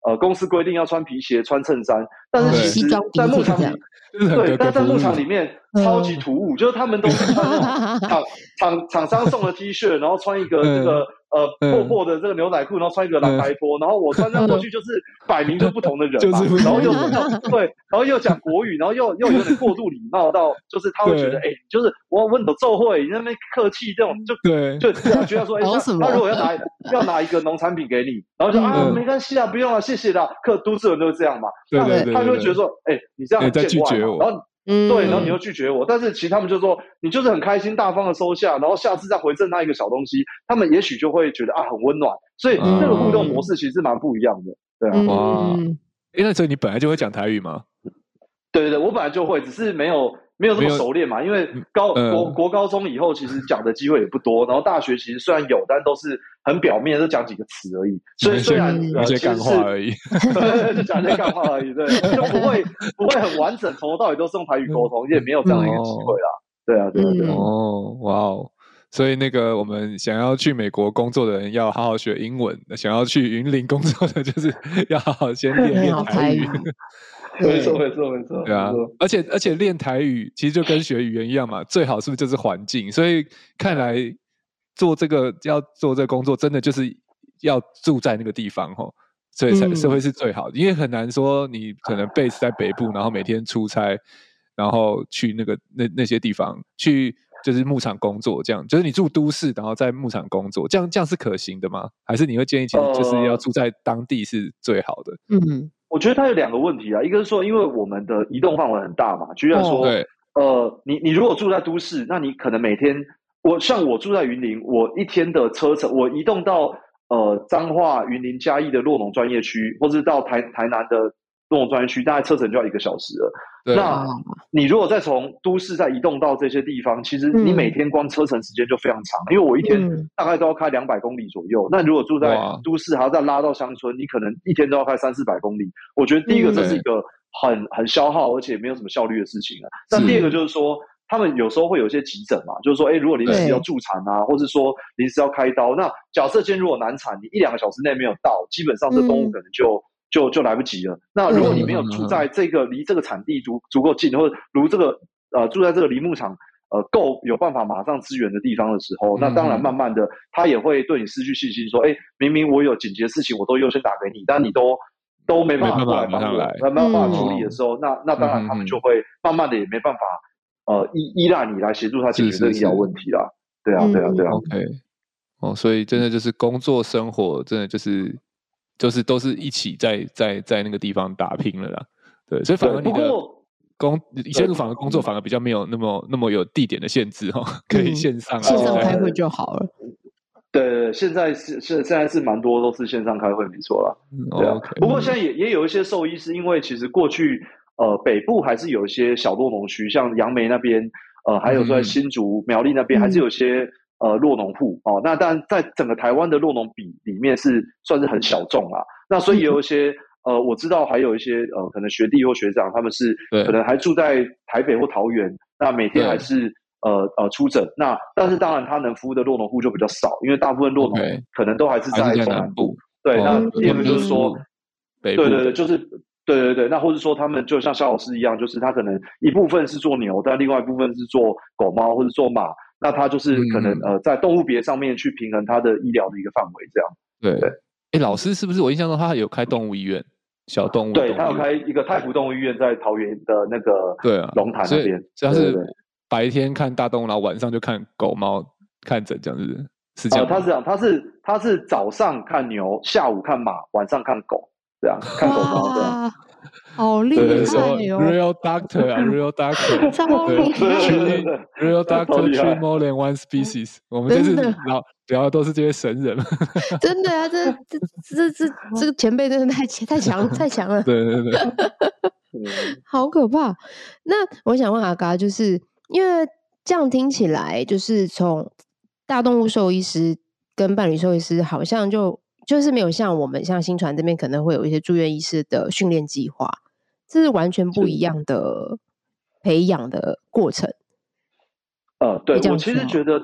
呃公司规定要穿皮鞋、穿衬衫，但是其实在牧场里，对，但在牧场里面超级突兀，就是他们都是穿那种厂厂厂商送的 T 恤，然后穿一个这个呃破破的这个牛仔裤，然后穿一个蓝白拖，然后我穿上过去就是摆明就不同的人嘛，然后又对，然后又讲国语，然后又又有点过度礼貌到，就是他会觉得哎，就是我问你奏会，你那边客气这种，就对，就觉得说哎，他如果要拿要拿一个农产品给你，然后就啊没关系啊，不用了，谢谢啦，客都市人都是这样嘛， 对对对， 他就会觉得说哎，你这样很见外，然后。 嗯， 对，然后你又拒绝我，但是其实他们就说你就是很开心大方的收下，然后下次再回赠他一个小东西，他们也许就会觉得啊很温暖，所以这个互动模式其实蛮不一样的，对啊。 哇，哎，那所以你本来就会讲台语吗？ 对对对，我本来就会，只是没有没有这么熟练嘛，因为高国国高中以后其实讲的机会也不多，然后大学其实虽然有，但都是很表面，就讲几个词而已，所以虽然一些干话而已， 就讲一些干话而已，对，就不会不会很完整，从头到尾都是用台语沟通，也没有这样的一个机会啦。对啊，对啊，对啊。 哦，哇哦！所以那个我们想要去美国工作的人要好好学英文，想要去云林工作的就是要好好先练练台语。 没错，没错，没错。 对啊，而且而且练台语其实就跟学语言一样嘛，最好是不是就是环境？所以看来做这个要做这个工作，真的就是要住在那个地方吼，所以才才会是最好的。因为很难说你可能 base 在北部，然后每天出差，然后去那个那那些地方去。就是牧场工作这样，就是你住都市，然后在牧场工作，这样这样是可行的吗？还是你会建议其实就是要住在当地是最好的？ 嗯， 我觉得它有两个问题啊，一个是说，因为我们的移动范围很大嘛，举例来说，哦、呃，你你如果住在都市，那你可能每天，我像我住在云林，我一天的车程，我移动到呃彰化、云林、嘉义的酪农专业区，或是到台台南的酪农专业区，大概车程就要一个小时了。那你如果再从都市再移动到这些地方，其实你每天光车程时间就非常长，因为我一天大概都要开两百公里左右。那如果住在都市还要再拉到乡村，你可能一天都要开三四百公里。我觉得第一个这是一个很很消耗而且没有什么效率的事情啊。那第二个就是说，他们有时候会有一些急诊嘛，就是说，哎，如果临时要助产啊，或是说临时要开刀，那假设今天如果难产，你一两个小时内没有到，基本上这动物可能就。就就来不及了。那如果你没有住在这个离这个产地足足够近，或者如这个呃住在这个离牧场呃够有办法马上支援的地方的时候，那当然慢慢的他也会对你失去信心，说，哎，明明我有紧急的事情，我都优先打给你，但你都都没办法过来帮我，没办法处理的时候，那那当然他们就会慢慢的也没办法呃依依赖你来协助他解决这个医疗问题啦。对啊，对啊，对啊。 OK， 哦，所以真的就是工作生活，真的就是。就是都是一起在在在那个地方打拼了啦，对，所以反而你的工线上的工作反而比较没有那么那么有地点的限制哈、哦，可以线上、嗯、 线上开会就好了。 对对对，现在是现现在是蛮多都是线上开会，没错啦。对啊， okay, 不过现在也也有一些兽医是因为其实过去呃北部还是有一些小酪农区，像杨梅那边呃，还有说在新竹、苗栗那边还是有些。嗯呃，酪农户哦，那当然在整个台湾的酪农比里面是算是很小众啦。那所以也有一些呃，我知道还有一些呃，可能学弟或学长他们是可能还住在台北或桃园，那每天还是呃呃出诊。那但是当然他能服务的酪农户就比较少，因为大部分酪农可能都还是在中南部。对，那第二个就是说，对对对，就是对对对，那或者说他们就像肖老师一样，就是他可能一部分是做牛，但另外一部分是做狗猫或者做马。那他就是可能、嗯、呃，在动物别上面去平衡他的医疗的一个范围，这样。 对对，哎，老师是不是我印象中他有开动物医院，小动物对，他有开一个太福动物医院在桃园的那个对啊龙潭那边， 所以他是白天看大动物，然后晚上就看狗猫看诊这样子，是这样、 呃。他是这样，他是他是早上看牛，下午看马，晚上看狗，这样看狗猫这样。 好厉害哦 ！Real doctor 啊 ，Real doctor， 超厉害 ！Real doctor treat more than one species。我们这次聊聊的都是这些神人。 真的啊，这这这这这个前辈真的太太强太强了。 对对对， 好可怕。那我想问阿嘎，就是因为这样听起来，就是从大动物兽医师跟伴侣兽医师，好像就。就是没有像我们像新传这边可能会有一些住院医师的训练计划，这是完全不一样的培养的过程。 呃，对，我其实觉得，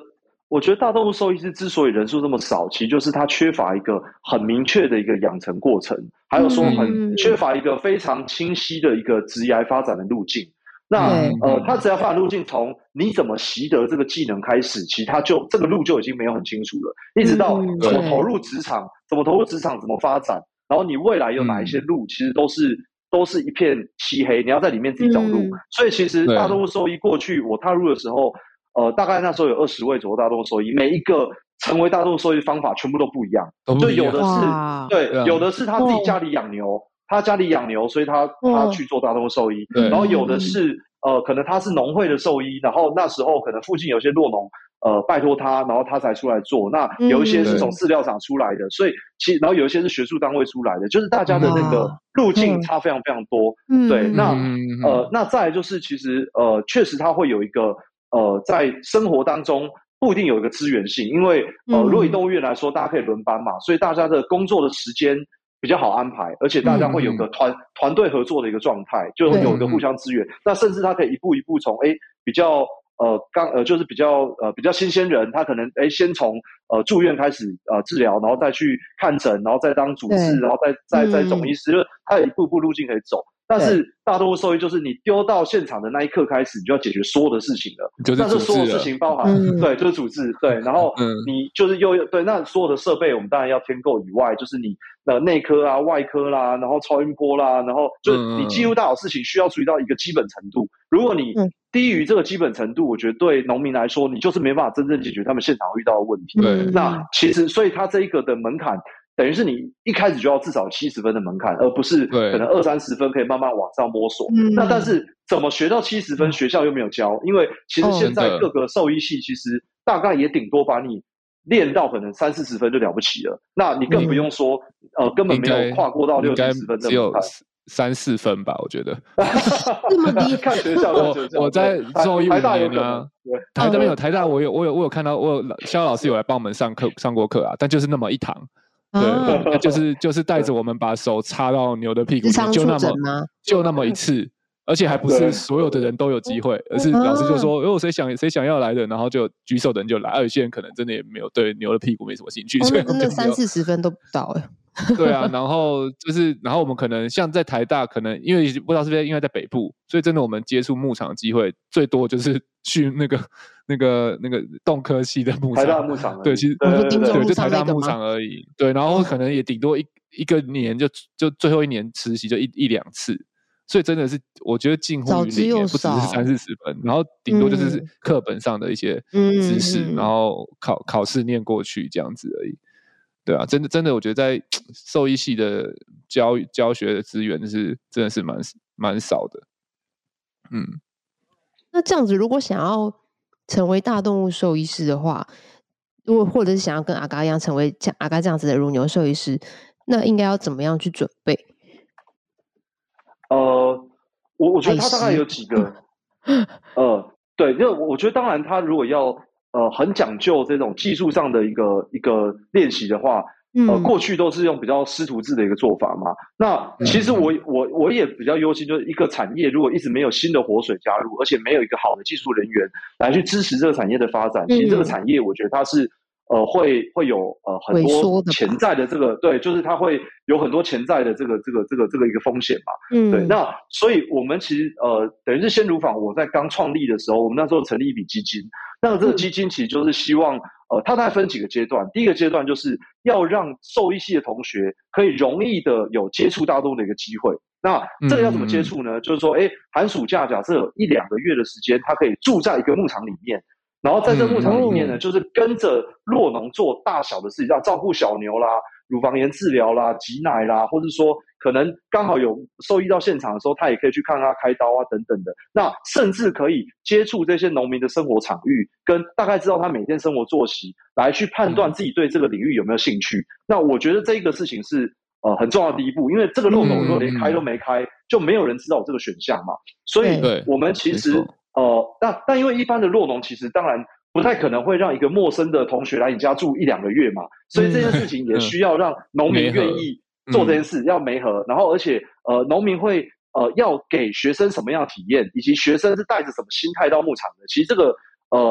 我觉得大动物兽医师之所以人数这么少，其实就是它缺乏一个很明确的一个养成过程，还有说很缺乏一个非常清晰的一个职业发展的路径。那呃，它职业发展路径从你怎么习得这个技能开始，其实它就这个路就已经没有很清楚了，一直到怎么投入职场，怎么投入职场，怎么发展，然后你未来有哪一些路，其实都是都是一片漆黑，你要在里面自己找路。所以其实大动物兽医过去我踏入的时候。呃，大概那时候有二十位左右大动物兽医，每一个成为大动物兽医方法全部都不一样，就有的是对，有的是他自己家里养牛，他家里养牛，所以他他去做大动物兽医，然后有的是呃，可能他是农会的兽医，然后那时候可能附近有些酪农呃拜托他，然后他才出来做。那有一些是从饲料厂出来的，所以其然后有一些是学术单位出来的，就是大家的那个路径差非常非常多。对，那呃，那再来就是其实呃，确实他会有一个。呃，在生活当中不一定有一个资源性，因为呃，如果以动物园来说，大家可以轮班嘛，所以大家的工作的时间比较好安排，而且大家会有个团团队合作的一个状态，就有一个互相支援。那甚至他可以一步一步从哎比较呃刚呃就是比较呃比较新鲜人，他可能哎先从呃住院开始呃治疗，然后再去看诊，然后再当主治，然后再再再总医师，就是他有一步步路径可以走。但是大动物兽医就是你丢到现场的那一刻开始，你就要解决所有的事情了。 就是那这所有事情包含、嗯、对，就是主治对，然后你就是又对，那所有的设备我们当然要添购以外，就是你的内科啊、外科啦，然后超音波啦，然后就你几乎大小事情需要处理到一个基本程度。如果你低于这个基本程度，我觉得对农民来说，你就是没办法真正解决他们现场遇到的问题。 对， 那其实所以它这一个的门槛。等于是你一开始就要至少七十分的门槛，而不是可能二三十分可以慢慢往上摸索。那但是怎么学到七十分，学校又没有教，因为其实现在各个兽医系其实大概也顶多把你练到可能三四十分就了不起了。那你更不用说，呃，根本没有跨过到六七十分的门槛。 三四分吧，我觉得。 这么低？ 看学校，我我在兽医五年啊，台大没有，台大我有我有我有看到，我有肖老师有来帮我们上课上过课啊，但就是那么一堂。对，啊、就是就是带着我们把手插到牛的屁股里，就那么就那么一次，而且还不是所有的人都有机会，而是老师就说，如果谁想谁想要来的，然后就举手的人就来，而有些人可能真的也没有对牛的屁股没什么兴趣， 哦、 所以真的三四十分都不到哎。 对啊，然后就是，然后我们可能像在台大，可能因为不知道是不是因为在北部，所以真的我们接触牧场的机会最多就是去那个那个那个动科系的牧场， 台大牧场， 对，其实对对对，就台大牧场而已，对，然后可能也顶多一一个年就就最后一年实习就一一两次，所以真的是我觉得近乎于零，不只是三四十分，然后顶多就是课本上的一些知识，嗯、然后考考试念过去这样子而已。对啊，真的真的，我觉得在兽医系的教教学的资源是真的是蛮蛮少的。嗯， 那这样子，如果想要成为大动物兽医师的话，如果或者是想要跟阿嘎一样成为像阿嘎这样子的乳牛兽医师，那应该要怎么样去准备？ 呃，我我觉得他大概有几个，呃，对，因为我觉得当然他如果要。呃，很讲究这种技术上的一个一个练习的话，呃，过去都是用比较师徒制的一个做法嘛。那其实我我我也比较忧心，就是一个产业如果一直没有新的活水加入，而且没有一个好的技术人员来去支持这个产业的发展，其实这个产业我觉得它是呃会会有呃很多潜在的这个对，就是它会有很多潜在的这个这个这个这个一个风险嘛。嗯，对。那所以我们其实呃等于是鲜乳坊，我在刚创立的时候，我们那时候成立一笔基金。那这个基金其实就是希望，呃，它大概分几个阶段。第一个阶段就是要让兽医系的同学可以容易的有接触大动物的一个机会。那这个要怎么接触呢？嗯、就是说，哎，寒暑假假设有一两个月的时间，他可以住在一个牧场里面，然后在这牧场里面呢，嗯、就是跟着酪农做大小的事情，要照顾小牛啦、乳房炎治疗啦、挤奶啦，或者说可能刚好有兽医到现场的时候，他也可以去看他开刀啊等等的。那甚至可以接触这些农民的生活场域，跟大概知道他每天生活作息，来去判断自己对这个领域有没有兴趣。嗯、那我觉得这个事情是呃很重要的第一步，因为这个漏斗如果连开都没开，嗯、就没有人知道有这个选项嘛。所以我们其实呃，那但因为一般的酪农其实当然不太可能会让一个陌生的同学来你家住一两个月嘛，所以这件事情也需要让农民愿意做这件事，嗯、要媒合，然后而且呃，农民会呃要给学生什么样的体验，以及学生是带着什么心态到牧场的。其实这个呃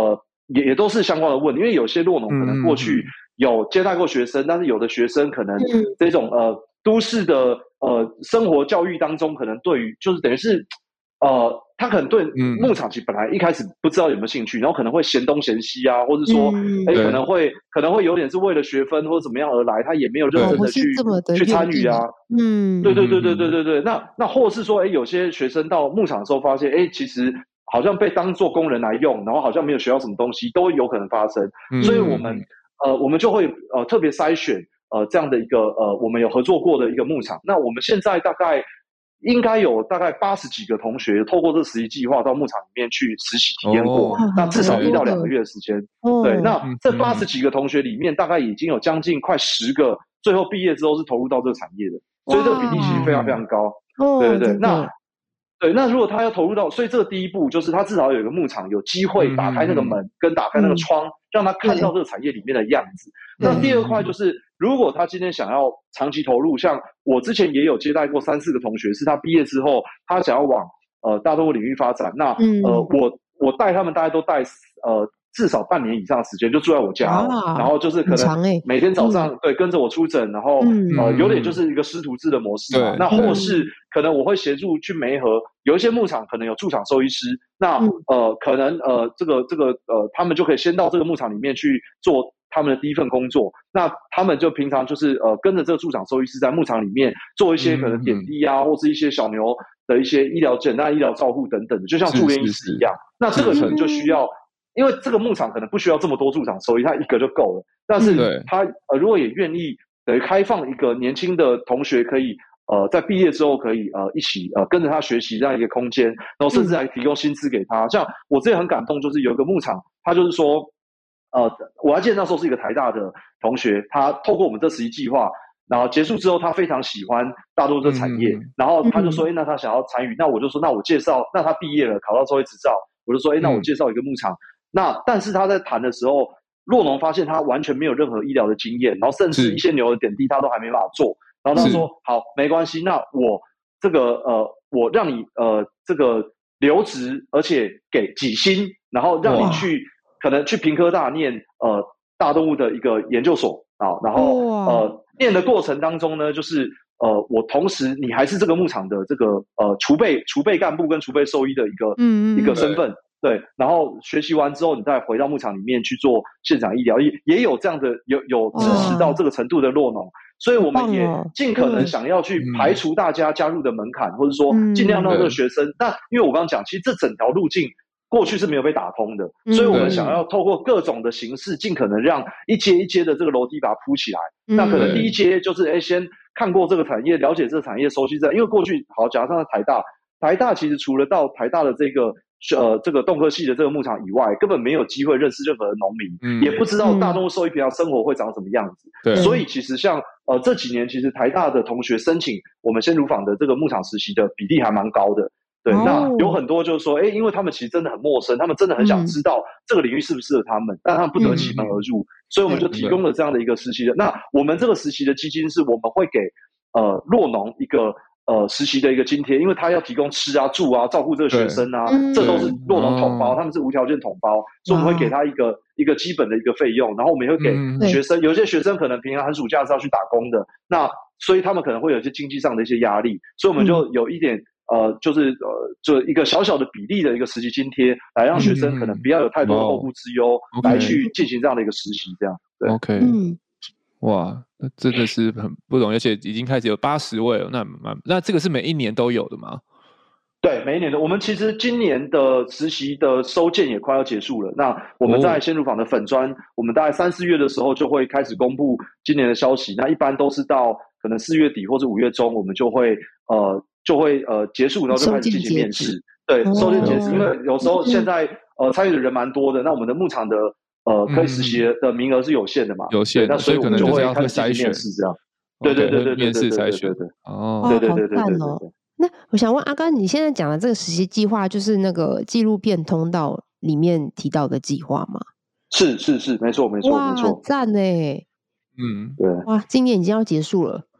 也也都是相关的问题，因为有些酪农可能过去有接待过学生，嗯、但是有的学生可能这种呃都市的呃生活教育当中，可能对于就是等于是呃他可能对牧场其实本来一开始不知道有没有兴趣，然后可能会嫌东嫌西啊，或者说哎、嗯、可能会可能会有点是为了学分或者怎么样而来，他也没有认真的去的去参与啊。 嗯， 对对对对对对对。那那或是说哎有些学生到牧场的时候发现哎其实。好像被当作工人来用，然后好像没有学到什么东西，都有可能发生。嗯、所以我们呃，我们就会呃特别筛选呃这样的一个呃我们有合作过的一个牧场。那我们现在大概应该有大概八十几个同学透过这实习计划到牧场里面去实习体验过，哦、那至少一到两个月的时间。哦、对，那这八十几个同学里面，大概已经有将近快十个，最后毕业之后是投入到这个产业的，所以这个比例其实非常非常高。哦、对对对，那。对，那如果他要投入到，所以这个第一步就是他至少有一个牧场，有机会打开那个门，嗯、跟打开那个窗，嗯、让他看到这个产业里面的样子。嗯、那第二块就是，如果他今天想要长期投入，像我之前也有接待过三四个同学，是他毕业之后，他想要往呃大动物领域发展，那、嗯、呃我我带他们大概都带呃。至少半年以上的时间就住在我家，啊、然后就是可能每天早上、嗯、对跟着我出诊，然后、嗯、呃有点就是一个师徒制的模式嘛。那或是可能我会协助去媒合，有一些牧场可能有驻场兽医师，那、嗯、呃可能呃这个这个呃他们就可以先到这个牧场里面去做他们的第一份工作。那他们就平常就是呃跟着这个驻场兽医师在牧场里面做一些可能点滴啊，嗯、或是一些小牛的一些医疗简单医疗照护等等的，就像住院医师一样。那这个可能就需要。因为这个牧场可能不需要这么多驻场兽医，他一个就够了。但是他呃，如果也愿意等于开放一个年轻的同学，可以呃在毕业之后可以呃一起呃跟着他学习这样一个空间，然后甚至还提供薪资给他。嗯、像我之前很感动，就是有一个牧场，他就是说呃，我还记得那时候是一个台大的同学，他透过我们这实习计划，然后结束之后，他非常喜欢大陆这产业，嗯、然后他就说，哎、嗯，那他想要参与，那我就说，那我介绍，那他毕业了，考到兽医执照，我就说，哎，那我介绍一个牧场。嗯那但是他在谈的时候，酪农发现他完全没有任何医疗的经验，然后甚至一些牛的点滴他都还没办法做。然后他说：“好，没关系，那我这个呃，我让你呃这个留职，而且给几薪，然后让你去可能去屏科大念呃大动物的一个研究所啊，然后呃念的过程当中呢，就是呃我同时你还是这个牧场的这个呃储备储备干部跟储备兽医的一个嗯一个身份。”对，然后学习完之后，你再回到牧场里面去做现场医疗，也也有这样的有有支持到这个程度的酪农，所以我们也尽可能想要去排除大家加入的门槛，嗯、或者说尽量让这个学生。嗯、但因为我刚刚讲，其实这整条路径过去是没有被打通的，嗯、所以我们想要透过各种的形式，尽可能让一阶一阶的这个楼梯把它铺起来。嗯、那可能第一阶就是哎，先看过这个产业，了解这个产业，熟悉这，因为过去好，假如上台大，台大其实除了到台大的这个。呃，这个动科系的这个牧场以外，根本没有机会认识任何的农民，嗯、也不知道大动物兽医平常生活会长什么样子。对、嗯，所以其实像呃这几年，其实台大的同学申请我们鲜乳坊的这个牧场实习的比例还蛮高的。对，哦、那有很多就是说，哎，因为他们其实真的很陌生，他们真的很想知道这个领域适不适合他们，但他们不得其门而入，嗯、所以我们就提供了这样的一个实习的。那我们这个实习的基金是我们会给呃酪农一个。呃，实习的一个津贴，因为他要提供吃啊、住啊、照顾这个学生啊，这都是酪农统包，他们是无条件统包，所以我们会给他一个一个基本的一个费用，然后我们也会给学生，有些学生可能平常寒暑假是要去打工的，那所以他们可能会有一些经济上的一些压力，所以我们就有一点呃，就是呃，就一个小小的比例的一个实习津贴，来让学生可能不要有太多的后顾之忧，来去进行这样的一个实习，这样。对 OK，嗯。哇，那真的是很不容易，而且已经开始有八十位了，那蛮那这个是每一年都有的吗？ 对，每一年的。我们其实今年的实习的收件也快要结束了。那我们在鲜乳坊的粉专，哦、我们大概三四月的时候就会开始公布今年的消息。那一般都是到可能四月底或者五月中，我们就会呃就会呃结束，然后就开始进行面试。对，收件截止，因为有时候现在呃参与的人蛮多的，那我们的牧场的。呃，可以实习的名额是有限的嘛？ 有限， 那所以我们就会开始筛选这样。对对对对， 面试筛选。 哦，对对对对对。那我想问阿刚，你现在讲的这个实习计划，就是那个纪录片通道里面提到的计划吗？ 是是是，没错没错没错。 赞哎！ 嗯， 对。 哇，今年已经要结束了。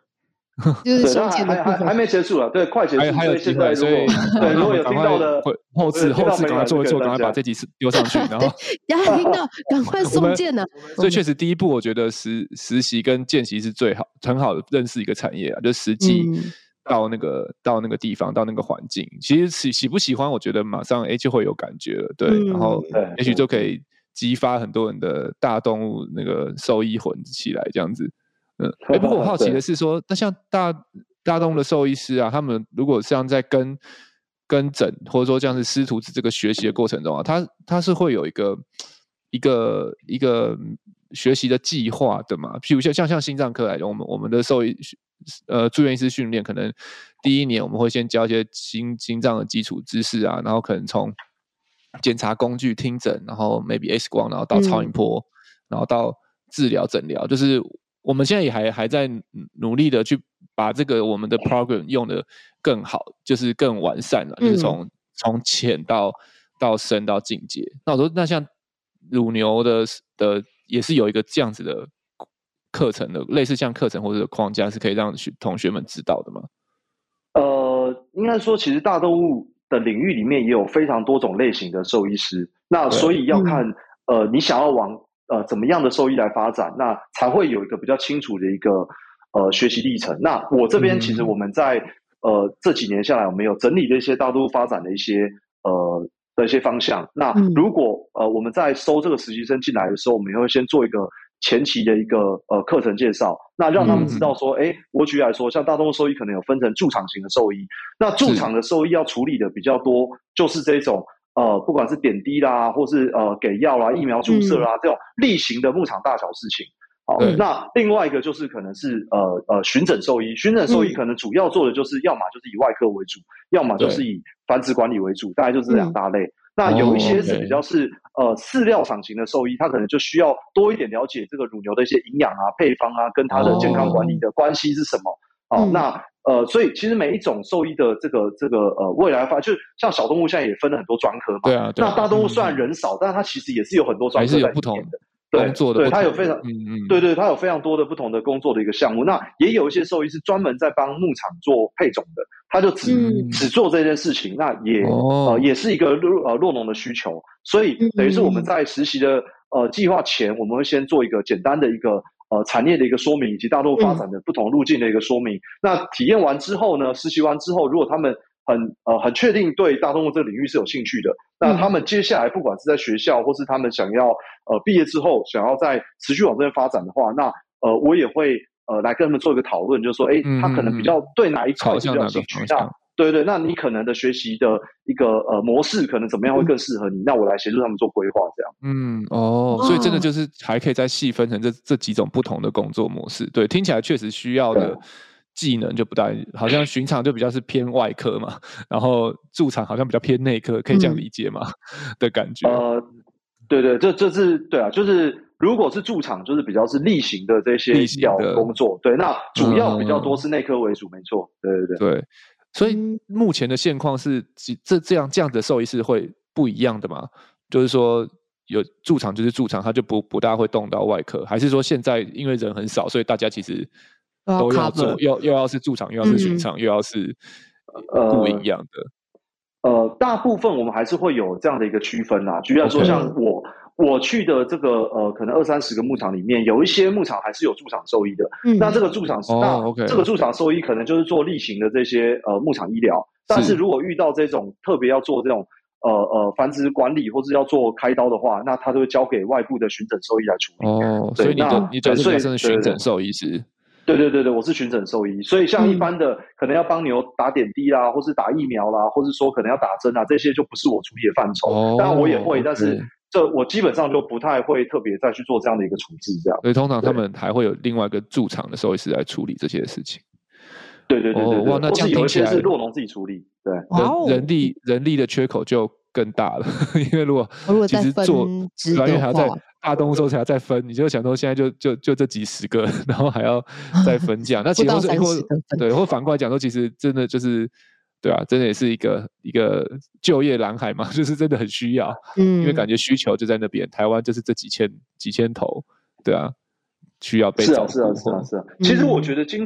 就是收件的部分还还还没结束啊，对，快结束， 还还有机会，所以对，如果有听到的后置后置赶快做一做，赶快把这集丢上去，然后大家听到赶快送件呢。 所以确实第一步，我觉得实实习跟见习是最好很好的认识一个产业啊，就实际到那个、嗯、到那个地方，到那个环境，其实喜喜不喜欢，我觉得马上哎就会有感觉了，对，嗯、然后也许就可以激发很多人的大动物那个兽医魂起来，这样子。嗯，哎，不过我好奇的是说，那像大大动物的兽医师啊，他们如果像在跟跟诊，或者说像是师徒制这个学习的过程中啊，他他是会有一个一个一个学习的计划的嘛？譬如像像像心脏科来讲，我们我们的兽医呃住院医师训练，可能第一年我们会先教一些心心脏的基础知识啊，然后可能从检查工具、听诊，然后 maybe X 光，然后到超音波，嗯、然后到治疗诊疗，就是。我们现在也还还在努力的去把这个我们的 program 用的更好，就是更完善了，嗯、就是从从浅到到深到进阶。那我说，那像乳牛的的也是有一个这样子的课程的，类似像课程或者框架，是可以让同学们知道的吗？ 呃，应该说，其实大动物的领域里面也有非常多种类型的兽医师，那所以要看、嗯、呃，你想要往。呃，怎么样的兽医来发展，那才会有一个比较清楚的一个呃学习历程。那我这边其实我们在、嗯、呃这几年下来，我们有整理了一些大动物发展的一些呃的一些方向。那如果、嗯、呃我们在收这个实习生进来的时候，我们也会先做一个前期的一个呃课程介绍，那让他们知道说，哎、嗯，我举例来说，像大动物兽医可能有分成驻场型的兽医，那驻场的兽医要处理的比较多，就是这种。呃，不管是点滴啦，或是呃给药啦、疫苗注射啦，嗯、这种例行的牧场大小事情。好，那另外一个就是可能是呃呃巡诊兽医，巡诊兽医可能主要做的就是要么就是以外科为主，要么就是以繁殖管理为主，大概就是这两大类。嗯、那有一些是比较是呃饲料厂型的兽医，他可能就需要多一点了解这个乳牛的一些营养啊、配方啊，跟它的健康管理的关系是什么。好，嗯、那。呃，所以其实每一种兽医的这个这个呃未来发，就像小动物现在也分了很多专科嘛。 对啊，对啊。 那大动物虽然人少，嗯、但是它其实也是有很多专科在里面的。还是有不同的工作的。对，对，它有非常，嗯嗯，对对，它有非常多的不同的工作的一个项目。那也有一些兽医是专门在帮牧场做配种的，他就只、嗯、只做这件事情。那也、哦、呃也是一个呃酪农的需求，所以等于是我们在实习的呃计划前，我们会先做一个简单的一个。呃，产业的一个说明，以及大动物发展的不同路径的一个说明。嗯、那体验完之后呢，实习完之后，如果他们很呃很确定对大动物这个领域是有兴趣的，那他们接下来不管是在学校，或是他们想要呃毕业之后想要再持续往这边发展的话，那呃我也会呃来跟他们做一个讨论，就是说，哎，他可能比较对哪一块比较有兴趣，那对对，那你可能的学习的一个呃模式，可能怎么样会更适合你？嗯、那我来协助他们做规划，这样。 嗯，哦，所以真的就是还可以再细分成这这几种不同的工作模式。对，听起来确实需要的技能就不大，好像巡场就比较是偏外科嘛，然后驻场好像比较偏内科，可以这样理解吗？嗯、的感觉。 呃，对对，这这是对啊，就是如果是驻场，就是比较是例行的这些医疗工作，对，那主要比较多是内科为主，嗯、没错，对对对。 对。所以目前的现况是这这样这样的兽医是会不一样的吗？就是说有驻场就是驻场，他就不不大会动到外科，还是说现在因为人很少，所以大家其实都要做，又又要是驻场，又要是巡场，嗯、又要是顾营养的。 呃，大部分我们还是会有这样的一个区分啦。举例来说，像我。Okay.我去的这个呃，可能二三十个牧场里面，有一些牧场还是有驻场兽医的。嗯、那这个驻场，哦、那 okay. 这个驻场兽医可能就是做例行的这些呃牧场医疗。但是如果遇到这种特别要做这种呃呃繁殖管理或是要做开刀的话，那他都会交给外部的巡诊兽医来处理。 哦，所以你的你转是真的巡诊兽医师。 对对对对，我是巡诊兽医，所以像一般的、嗯、可能要帮牛打点滴啦，或是打疫苗啦，或是说可能要打针啊，这些就不是我处理的范畴。哦、当然我也会，但是。这我基本上就不太会特别再去做这样的一个处置，这样。 所以通常他们还会有另外一个驻场的兽医师来处理这些事情。 对对对对对， 哦、哇，那这样听起来是酪农自己处理，对。 人人力人力的缺口就更大了，因为如果其实做，因为还要在大动物时候才要再分，你就想说现在就就就这几十个，然后还要再分这样，那其实或对，或反过来讲说，其实真的就是。对啊，真的也是一个一个就业蓝海嘛，就是真的很需要，嗯，因为感觉需求就在那边，台湾就是这几千几千头，对啊，需要被照顾。 是啊，是啊，是啊，是啊。其实我觉得经济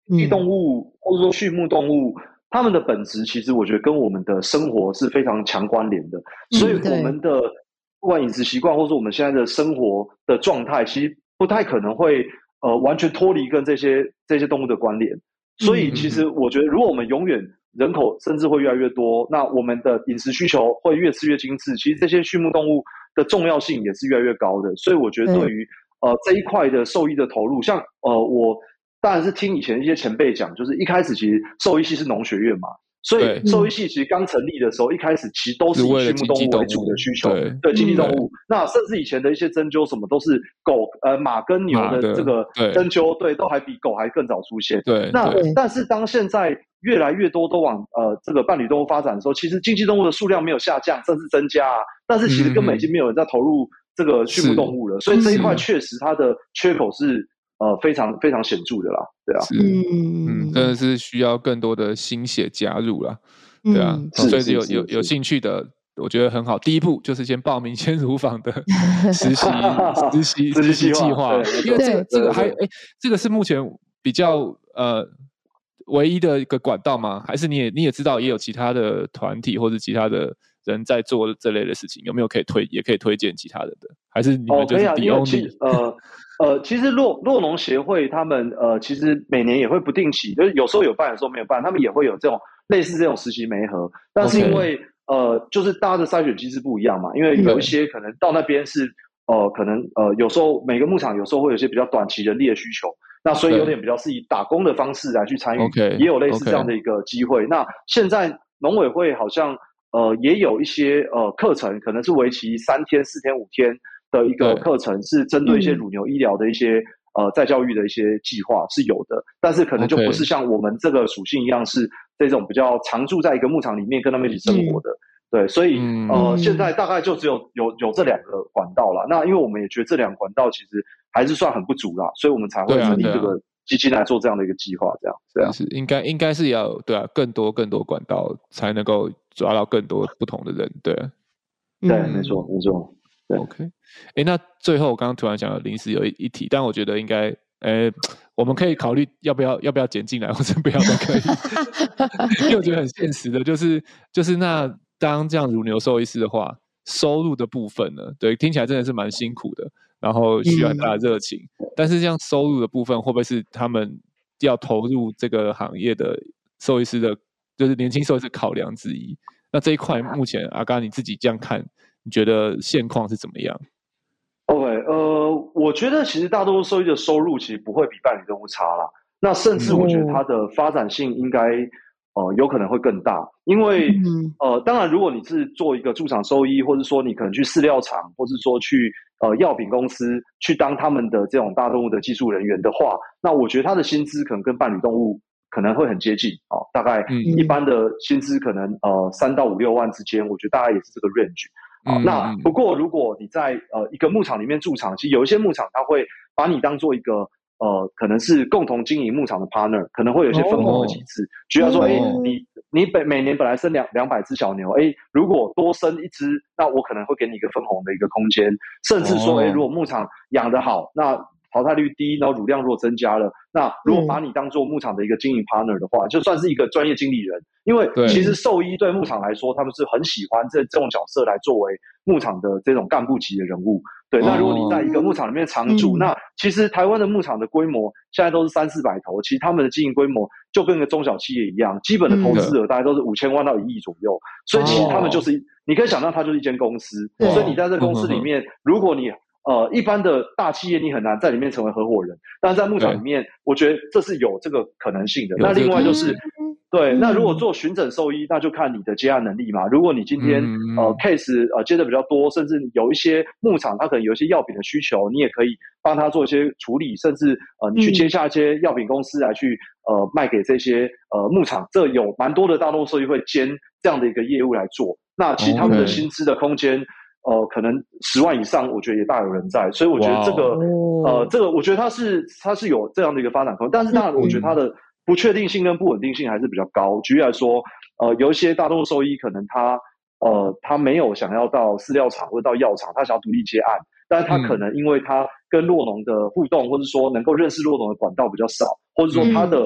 地动物或者说畜牧动物，它们的本质其实我觉得跟我们的生活是非常强关联的，所以我们的不管饮食习惯或者说我们现在的生活的状态，其实不太可能会呃完全脱离跟这些这些动物的关联。所以其实我觉得，如果我们永远人口甚至会越来越多，那我们的饮食需求会越吃越精致，其实这些畜牧动物的重要性也是越来越高的。所以我觉得对于呃这一块的兽医的投入，像呃我当然是听以前一些前辈讲，就是一开始其实兽医系是农学院嘛，所以兽医系其实刚成立的时候，一开始其实都是以畜牧动物为主的需求，对经济动物。那甚至以前的一些针灸什么都是狗呃马跟牛的这个针灸，对，都还比狗还更早出现。 对， 那但是当现在越来越多都往呃这个伴侣动物发展的时候，其实经济动物的数量没有下降，甚至增加啊。但是其实根本已经没有人在投入这个畜牧动物了，所以这一块确实它的缺口是呃非常非常显著的啦，对啊， 嗯嗯，真的是需要更多的新血加入啦，对啊，所以有有有兴趣的，我觉得很好。第一步就是先报名先乳坊的实习实习实习计划，因为这个这个还哎，这个是目前比较呃唯一的一个管道吗？还是你也你也知道也有其他的团体或者其他的人在做这类的事情？有没有可以推也可以推荐其他的的？还是你们就是 the only？ 呃呃，其实洛洛农协会他们呃，其实每年也会不定期，就是有时候有办，有时候没有办，他们也会有这种类似这种实习媒合，但是因为、okay. 呃，就是大家的筛选机制不一样嘛，因为有一些可能到那边是呃，可能呃，有时候每个牧场有时候会有一些比较短期人力的需求，那所以有点比较是以打工的方式来去参与， okay. 也有类似这样的一个机会。Okay. 那现在农委会好像呃也有一些呃课程，可能是为期三天、四天、五天的一个课程，是针对一些乳牛医疗的一些、嗯、呃再教育的一些计划是有的，但是可能就不是像我们这个属性一样是这种比较常住在一个牧场里面跟他们一起生活的。嗯对，所以、嗯、呃，现在大概就只有有有这两个管道啦。那因为我们也觉得这两个管道其实还是算很不足啦，所以我们才会成立这个基金来做这样的一个计划，这样这样是应该应该是要对啊，更多更多管道才能够抓到更多不同的人，对、啊， 对，嗯、没错没错。 OK， 哎，那最后我刚刚突然想到临时有一一题，但我觉得应该，呃，我们可以考虑要不要要不要剪进来，或者不要都可以，因为我觉得很现实的，就是就是那。当这样乳牛兽医师的话，收入的部分呢，对，听起来真的是蛮辛苦的，然后需要很大的热情、嗯。但是这样收入的部分，会不会是他们要投入这个行业的兽医师的，就是年轻兽医师考量之一？那这一块目前阿嘎你自己这样看，你觉得现况是怎么样 ？OK， 呃，我觉得其实大多数兽医的收入其实不会比伴侣动物差啦。那甚至我觉得它的发展性应该。呃，有可能会更大，因为、嗯、呃，当然，如果你是做一个驻场兽医，或者说你可能去饲料厂，或者说去呃药品公司去当他们的这种大动物的技术人员的话，那我觉得他的薪资可能跟伴侣动物可能会很接近啊、哦，大概一般的薪资可能呃三到五六万之间，我覺得大概也是這個 range 啊、嗯。那不過如果你在呃一個牧場裡面駐場，其實有一些牧場他會把你當做一個呃可能是共同經營牧場的 partner， 可能會有一些分紅的機制，舉例說，哎、欸，你你本每年本來生兩兩百隻小牛，哎、欸，如果多生一隻，那我可能會給你一個分紅的一個空間，甚至說，哎、欸，如果牧場養得好，那淘汰率低，然後乳量如果增加了，那如果把你當做牧場的一個經營 partner 的話，就算是一個專業經理人，因為其實獸醫對牧場來說，他們是很喜歡這這種角色來作為牧場的這種幹部級的人物。對，那如果你在一個牧場裡面常駐，嗯、那其實台灣的牧場的規模現在都是三四百頭，其實他們的經營規模就跟個中小企業一樣，基本的投資額大概都是五千萬到一億左右，所以其實他們就是你可以想象它就是一間公司，所以你在這公司裡面，如果你呃，一般的大企業你很難在裡面成為合夥人，但是在牧場裡面，我覺得這是有這個可能性的。那另外就是，對，那如果做巡診獸醫，那就看你的接案能力嘛。如果你今天呃 case 呃接的比較多，甚至有一些牧場它可能有一些藥品的需求，你也可以幫他做一些處理，甚至呃你去接下一些藥品公司來去呃賣給這些呃牧場，這有蠻多的大動物獸醫會兼這樣的一個業務來做。那其實他們的薪資的空間。呃，可能十萬以上，我覺得也大有人在，所以我覺得這個，wow. 呃，這個我覺得它是它是有這樣的一個發展空間，但是當然，我覺得它的不確定性跟不穩定性還是比較高。舉例來說，呃，有一些大動物獸醫可能他，呃，他沒有想要到飼料廠或者到藥廠，他想要獨立接案，但是他可能因為他跟酪農的互動，或者說能夠認識酪農的管道比較少，或者說他的。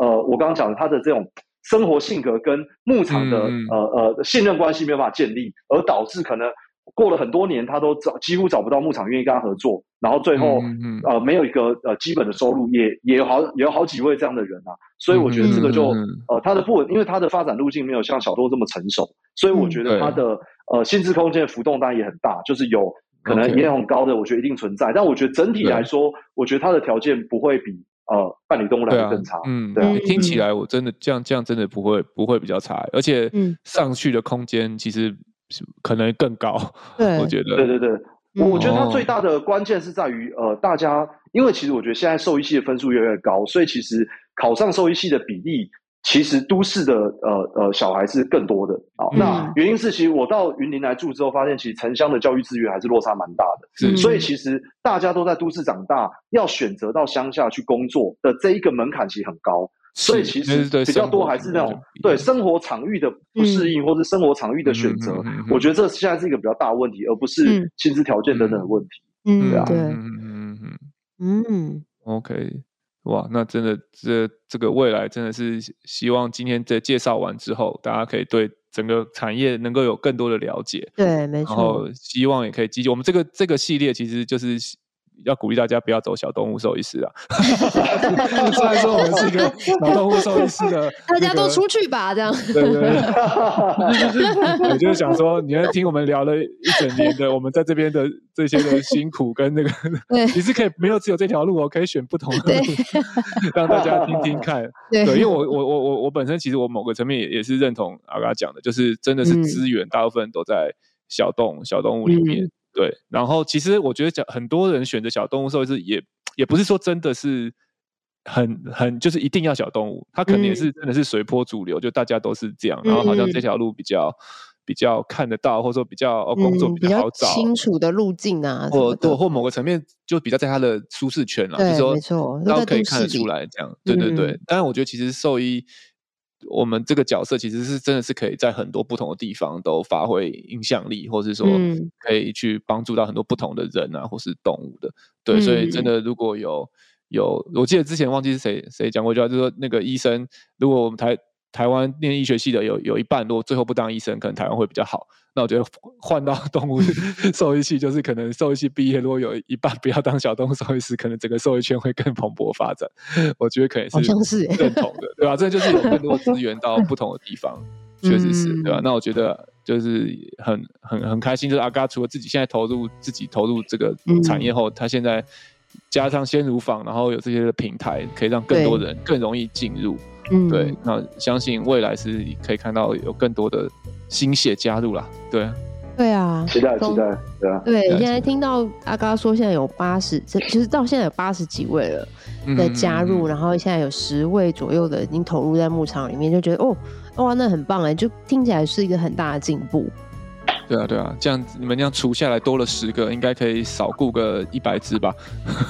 呃，我刚刚讲的他的这种生活性格跟牧场的、嗯、呃呃信任关系没有办法建立，而导致可能过了很多年，他都找几乎找不到牧场愿意跟他合作，然后最后、嗯嗯、呃没有一个呃基本的收入，也也有好也有好几位这样的人啊，所以我觉得这个就、嗯、呃他的不稳，因为他的发展路径没有像小豆这么成熟，所以我觉得他的、嗯、呃薪资空间的浮动当然也很大，就是有可能也很高的，我觉得一定存在，但我觉得整体来说，我觉得他的条件不会比呃伴侣动物来的更差， 嗯， 对啊， 听起来我真的这样这样真的不会不会比较差，而且上去的空间其实可能更高，对，我觉得， 对对对，我觉得它最大的关键是在于呃，大家因为其实我觉得现在兽医系的分数越来越高，所以其实考上兽医系的比例，其实都市的呃呃小孩是更多的啊、嗯。那原因是其实我到云林来住之后，发现其实城乡的教育资源还是落差蛮大的，所以其实大家都在都市长大，要选择到乡下去工作的这一个门槛其实很高。所以其实比较多还是那种对生活场域的不适应，嗯、或是生活场域的选择、嗯嗯嗯。我觉得这现在是一个比较大的问题，而不是薪资条件等等的问题。 嗯， 对啊， 对， 嗯嗯嗯嗯 ，OK， 哇，那真的这这个未来真的是希望今天在介绍完之后，大家可以对整个产业能够有更多的了解。 对，没错。 然后希望也可以积极，我们这个这个系列其实就是。要鼓励大家不要走小动物兽医师啊！虽然说我们是一个小动物兽医师的、那個， 大家都出去吧，这样。 对对对，我就是想说，你要听我们聊了一整年的，我们在这边的这些的辛苦跟那个，你是可以没有只有这条路哦，可以选不同的路，让大家听听看。对，对因为我我我我我本身其实我某个层面也也是认同阿嘎讲的，就是真的是资源大部分都在小动、嗯、小动物里面。嗯对，然后其实我觉得很多人选择小动物兽医师也也不是说真的是很很就是一定要小动物，他可能也是真的是随波逐流，嗯、就大家都是这样，然后好像这条路比较、嗯、比较看得到，或者说比较、哦、工作比较好找， 嗯、比较清楚的路径啊， 或或或某个层面就比较在他的舒适圈啦，就是说没错，都可以看得出来这样，对对对。当然，我觉得其实兽医。我们这个角色其实是真的是可以在很多不同的地方都发挥影响力，或是说可以去帮助到很多不同的人啊，或是动物的。对，嗯、所以真的如果有有，我记得之前忘记是谁谁讲过一句话，就是说那个医生，如果我们台台湾念医学系的有有一半，如果最后不当医生，可能台湾会比较好。那我觉得换到动物兽医系，就是可能兽医系毕业，如果有一半不要当小动物兽医师，可能整个兽医圈会更蓬勃发展。我觉得可能是认同的，对吧、啊？这就是有更多资源到不同的地方，确实是，对吧、啊？那我觉得就是很很很开心，就是阿嘎除了自己现在投入自己投入这个产业后，他现在加上鲜乳坊，然后有这些的平台，可以让更多人更容易进入。嗯，对，那相信未来是可以看到有更多的新血加入啦，对， 对啊， 期待期待，对啊， 对，现在听到阿嘎说现在有八十，其实到现在有八十几位了的加入，嗯、然后现在有十位左右的已经投入在牧场里面，就觉得哦，哇，那很棒哎，就听起来是一个很大的进步。 对啊，对啊，这样你们这样除下来多了十个，应该可以少雇个一百只吧？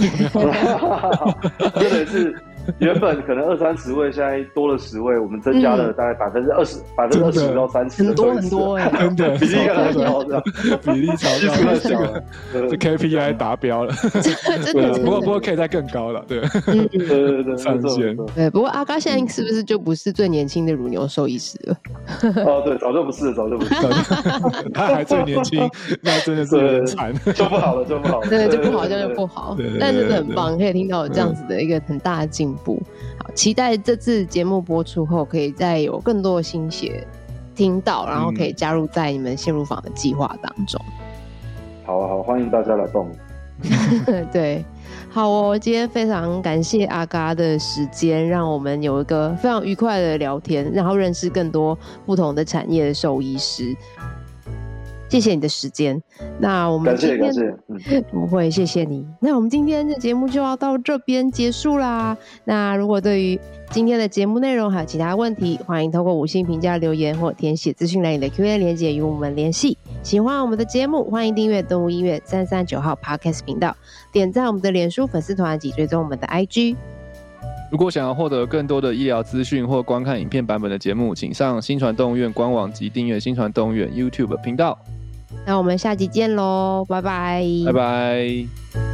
真的是。原本可能二三十位，现在多了十位，我们增加了大概百分之二十、百分之二十到三十， 很多很多哎， 真的比例很高的， 比例超高，这个这 K P I 达标了，不过不过可以再更高了，对， 对对对， 上限。 对，不过阿嘎现在是不是就不是最年轻的乳牛兽医师了？ 哦，对，早就不是，早就不是， 他还最年轻，那真的是有点惨， 就不好了，就不好了， 对，就不好，这样就不好，但是很棒，可以听到有这样子的一个很大的进步。好，期待这次节目播出后，可以再有更多的新血听到，然后可以加入在你们鲜乳坊的计划当中。 好啊，好，欢迎大家来报名。 对，好哦，今天非常感谢阿嘎的时间，让我们有一个非常愉快的聊天，然后认识更多不同的产业的兽医师。谢谢你的时间，那我们今天感谢感谢、嗯、 不会，谢谢你。那我们今天的节目就要到这边结束啦。那如果对于今天的节目内容还有其他问题，欢迎透过五星评价留言或填写资讯栏里的 Q and A 连结与我们联系。喜欢我们的节目，欢迎订阅动物医院三三九号 Podcast 频道，点赞我们的脸书粉丝团及追踪我们的 I G。 如果想要获得更多的医疗资讯或观看影片版本的节目，请上新传动物院官网及订阅新传动物院 YouTube 频道。 那我们下集见咯，拜拜， 拜拜。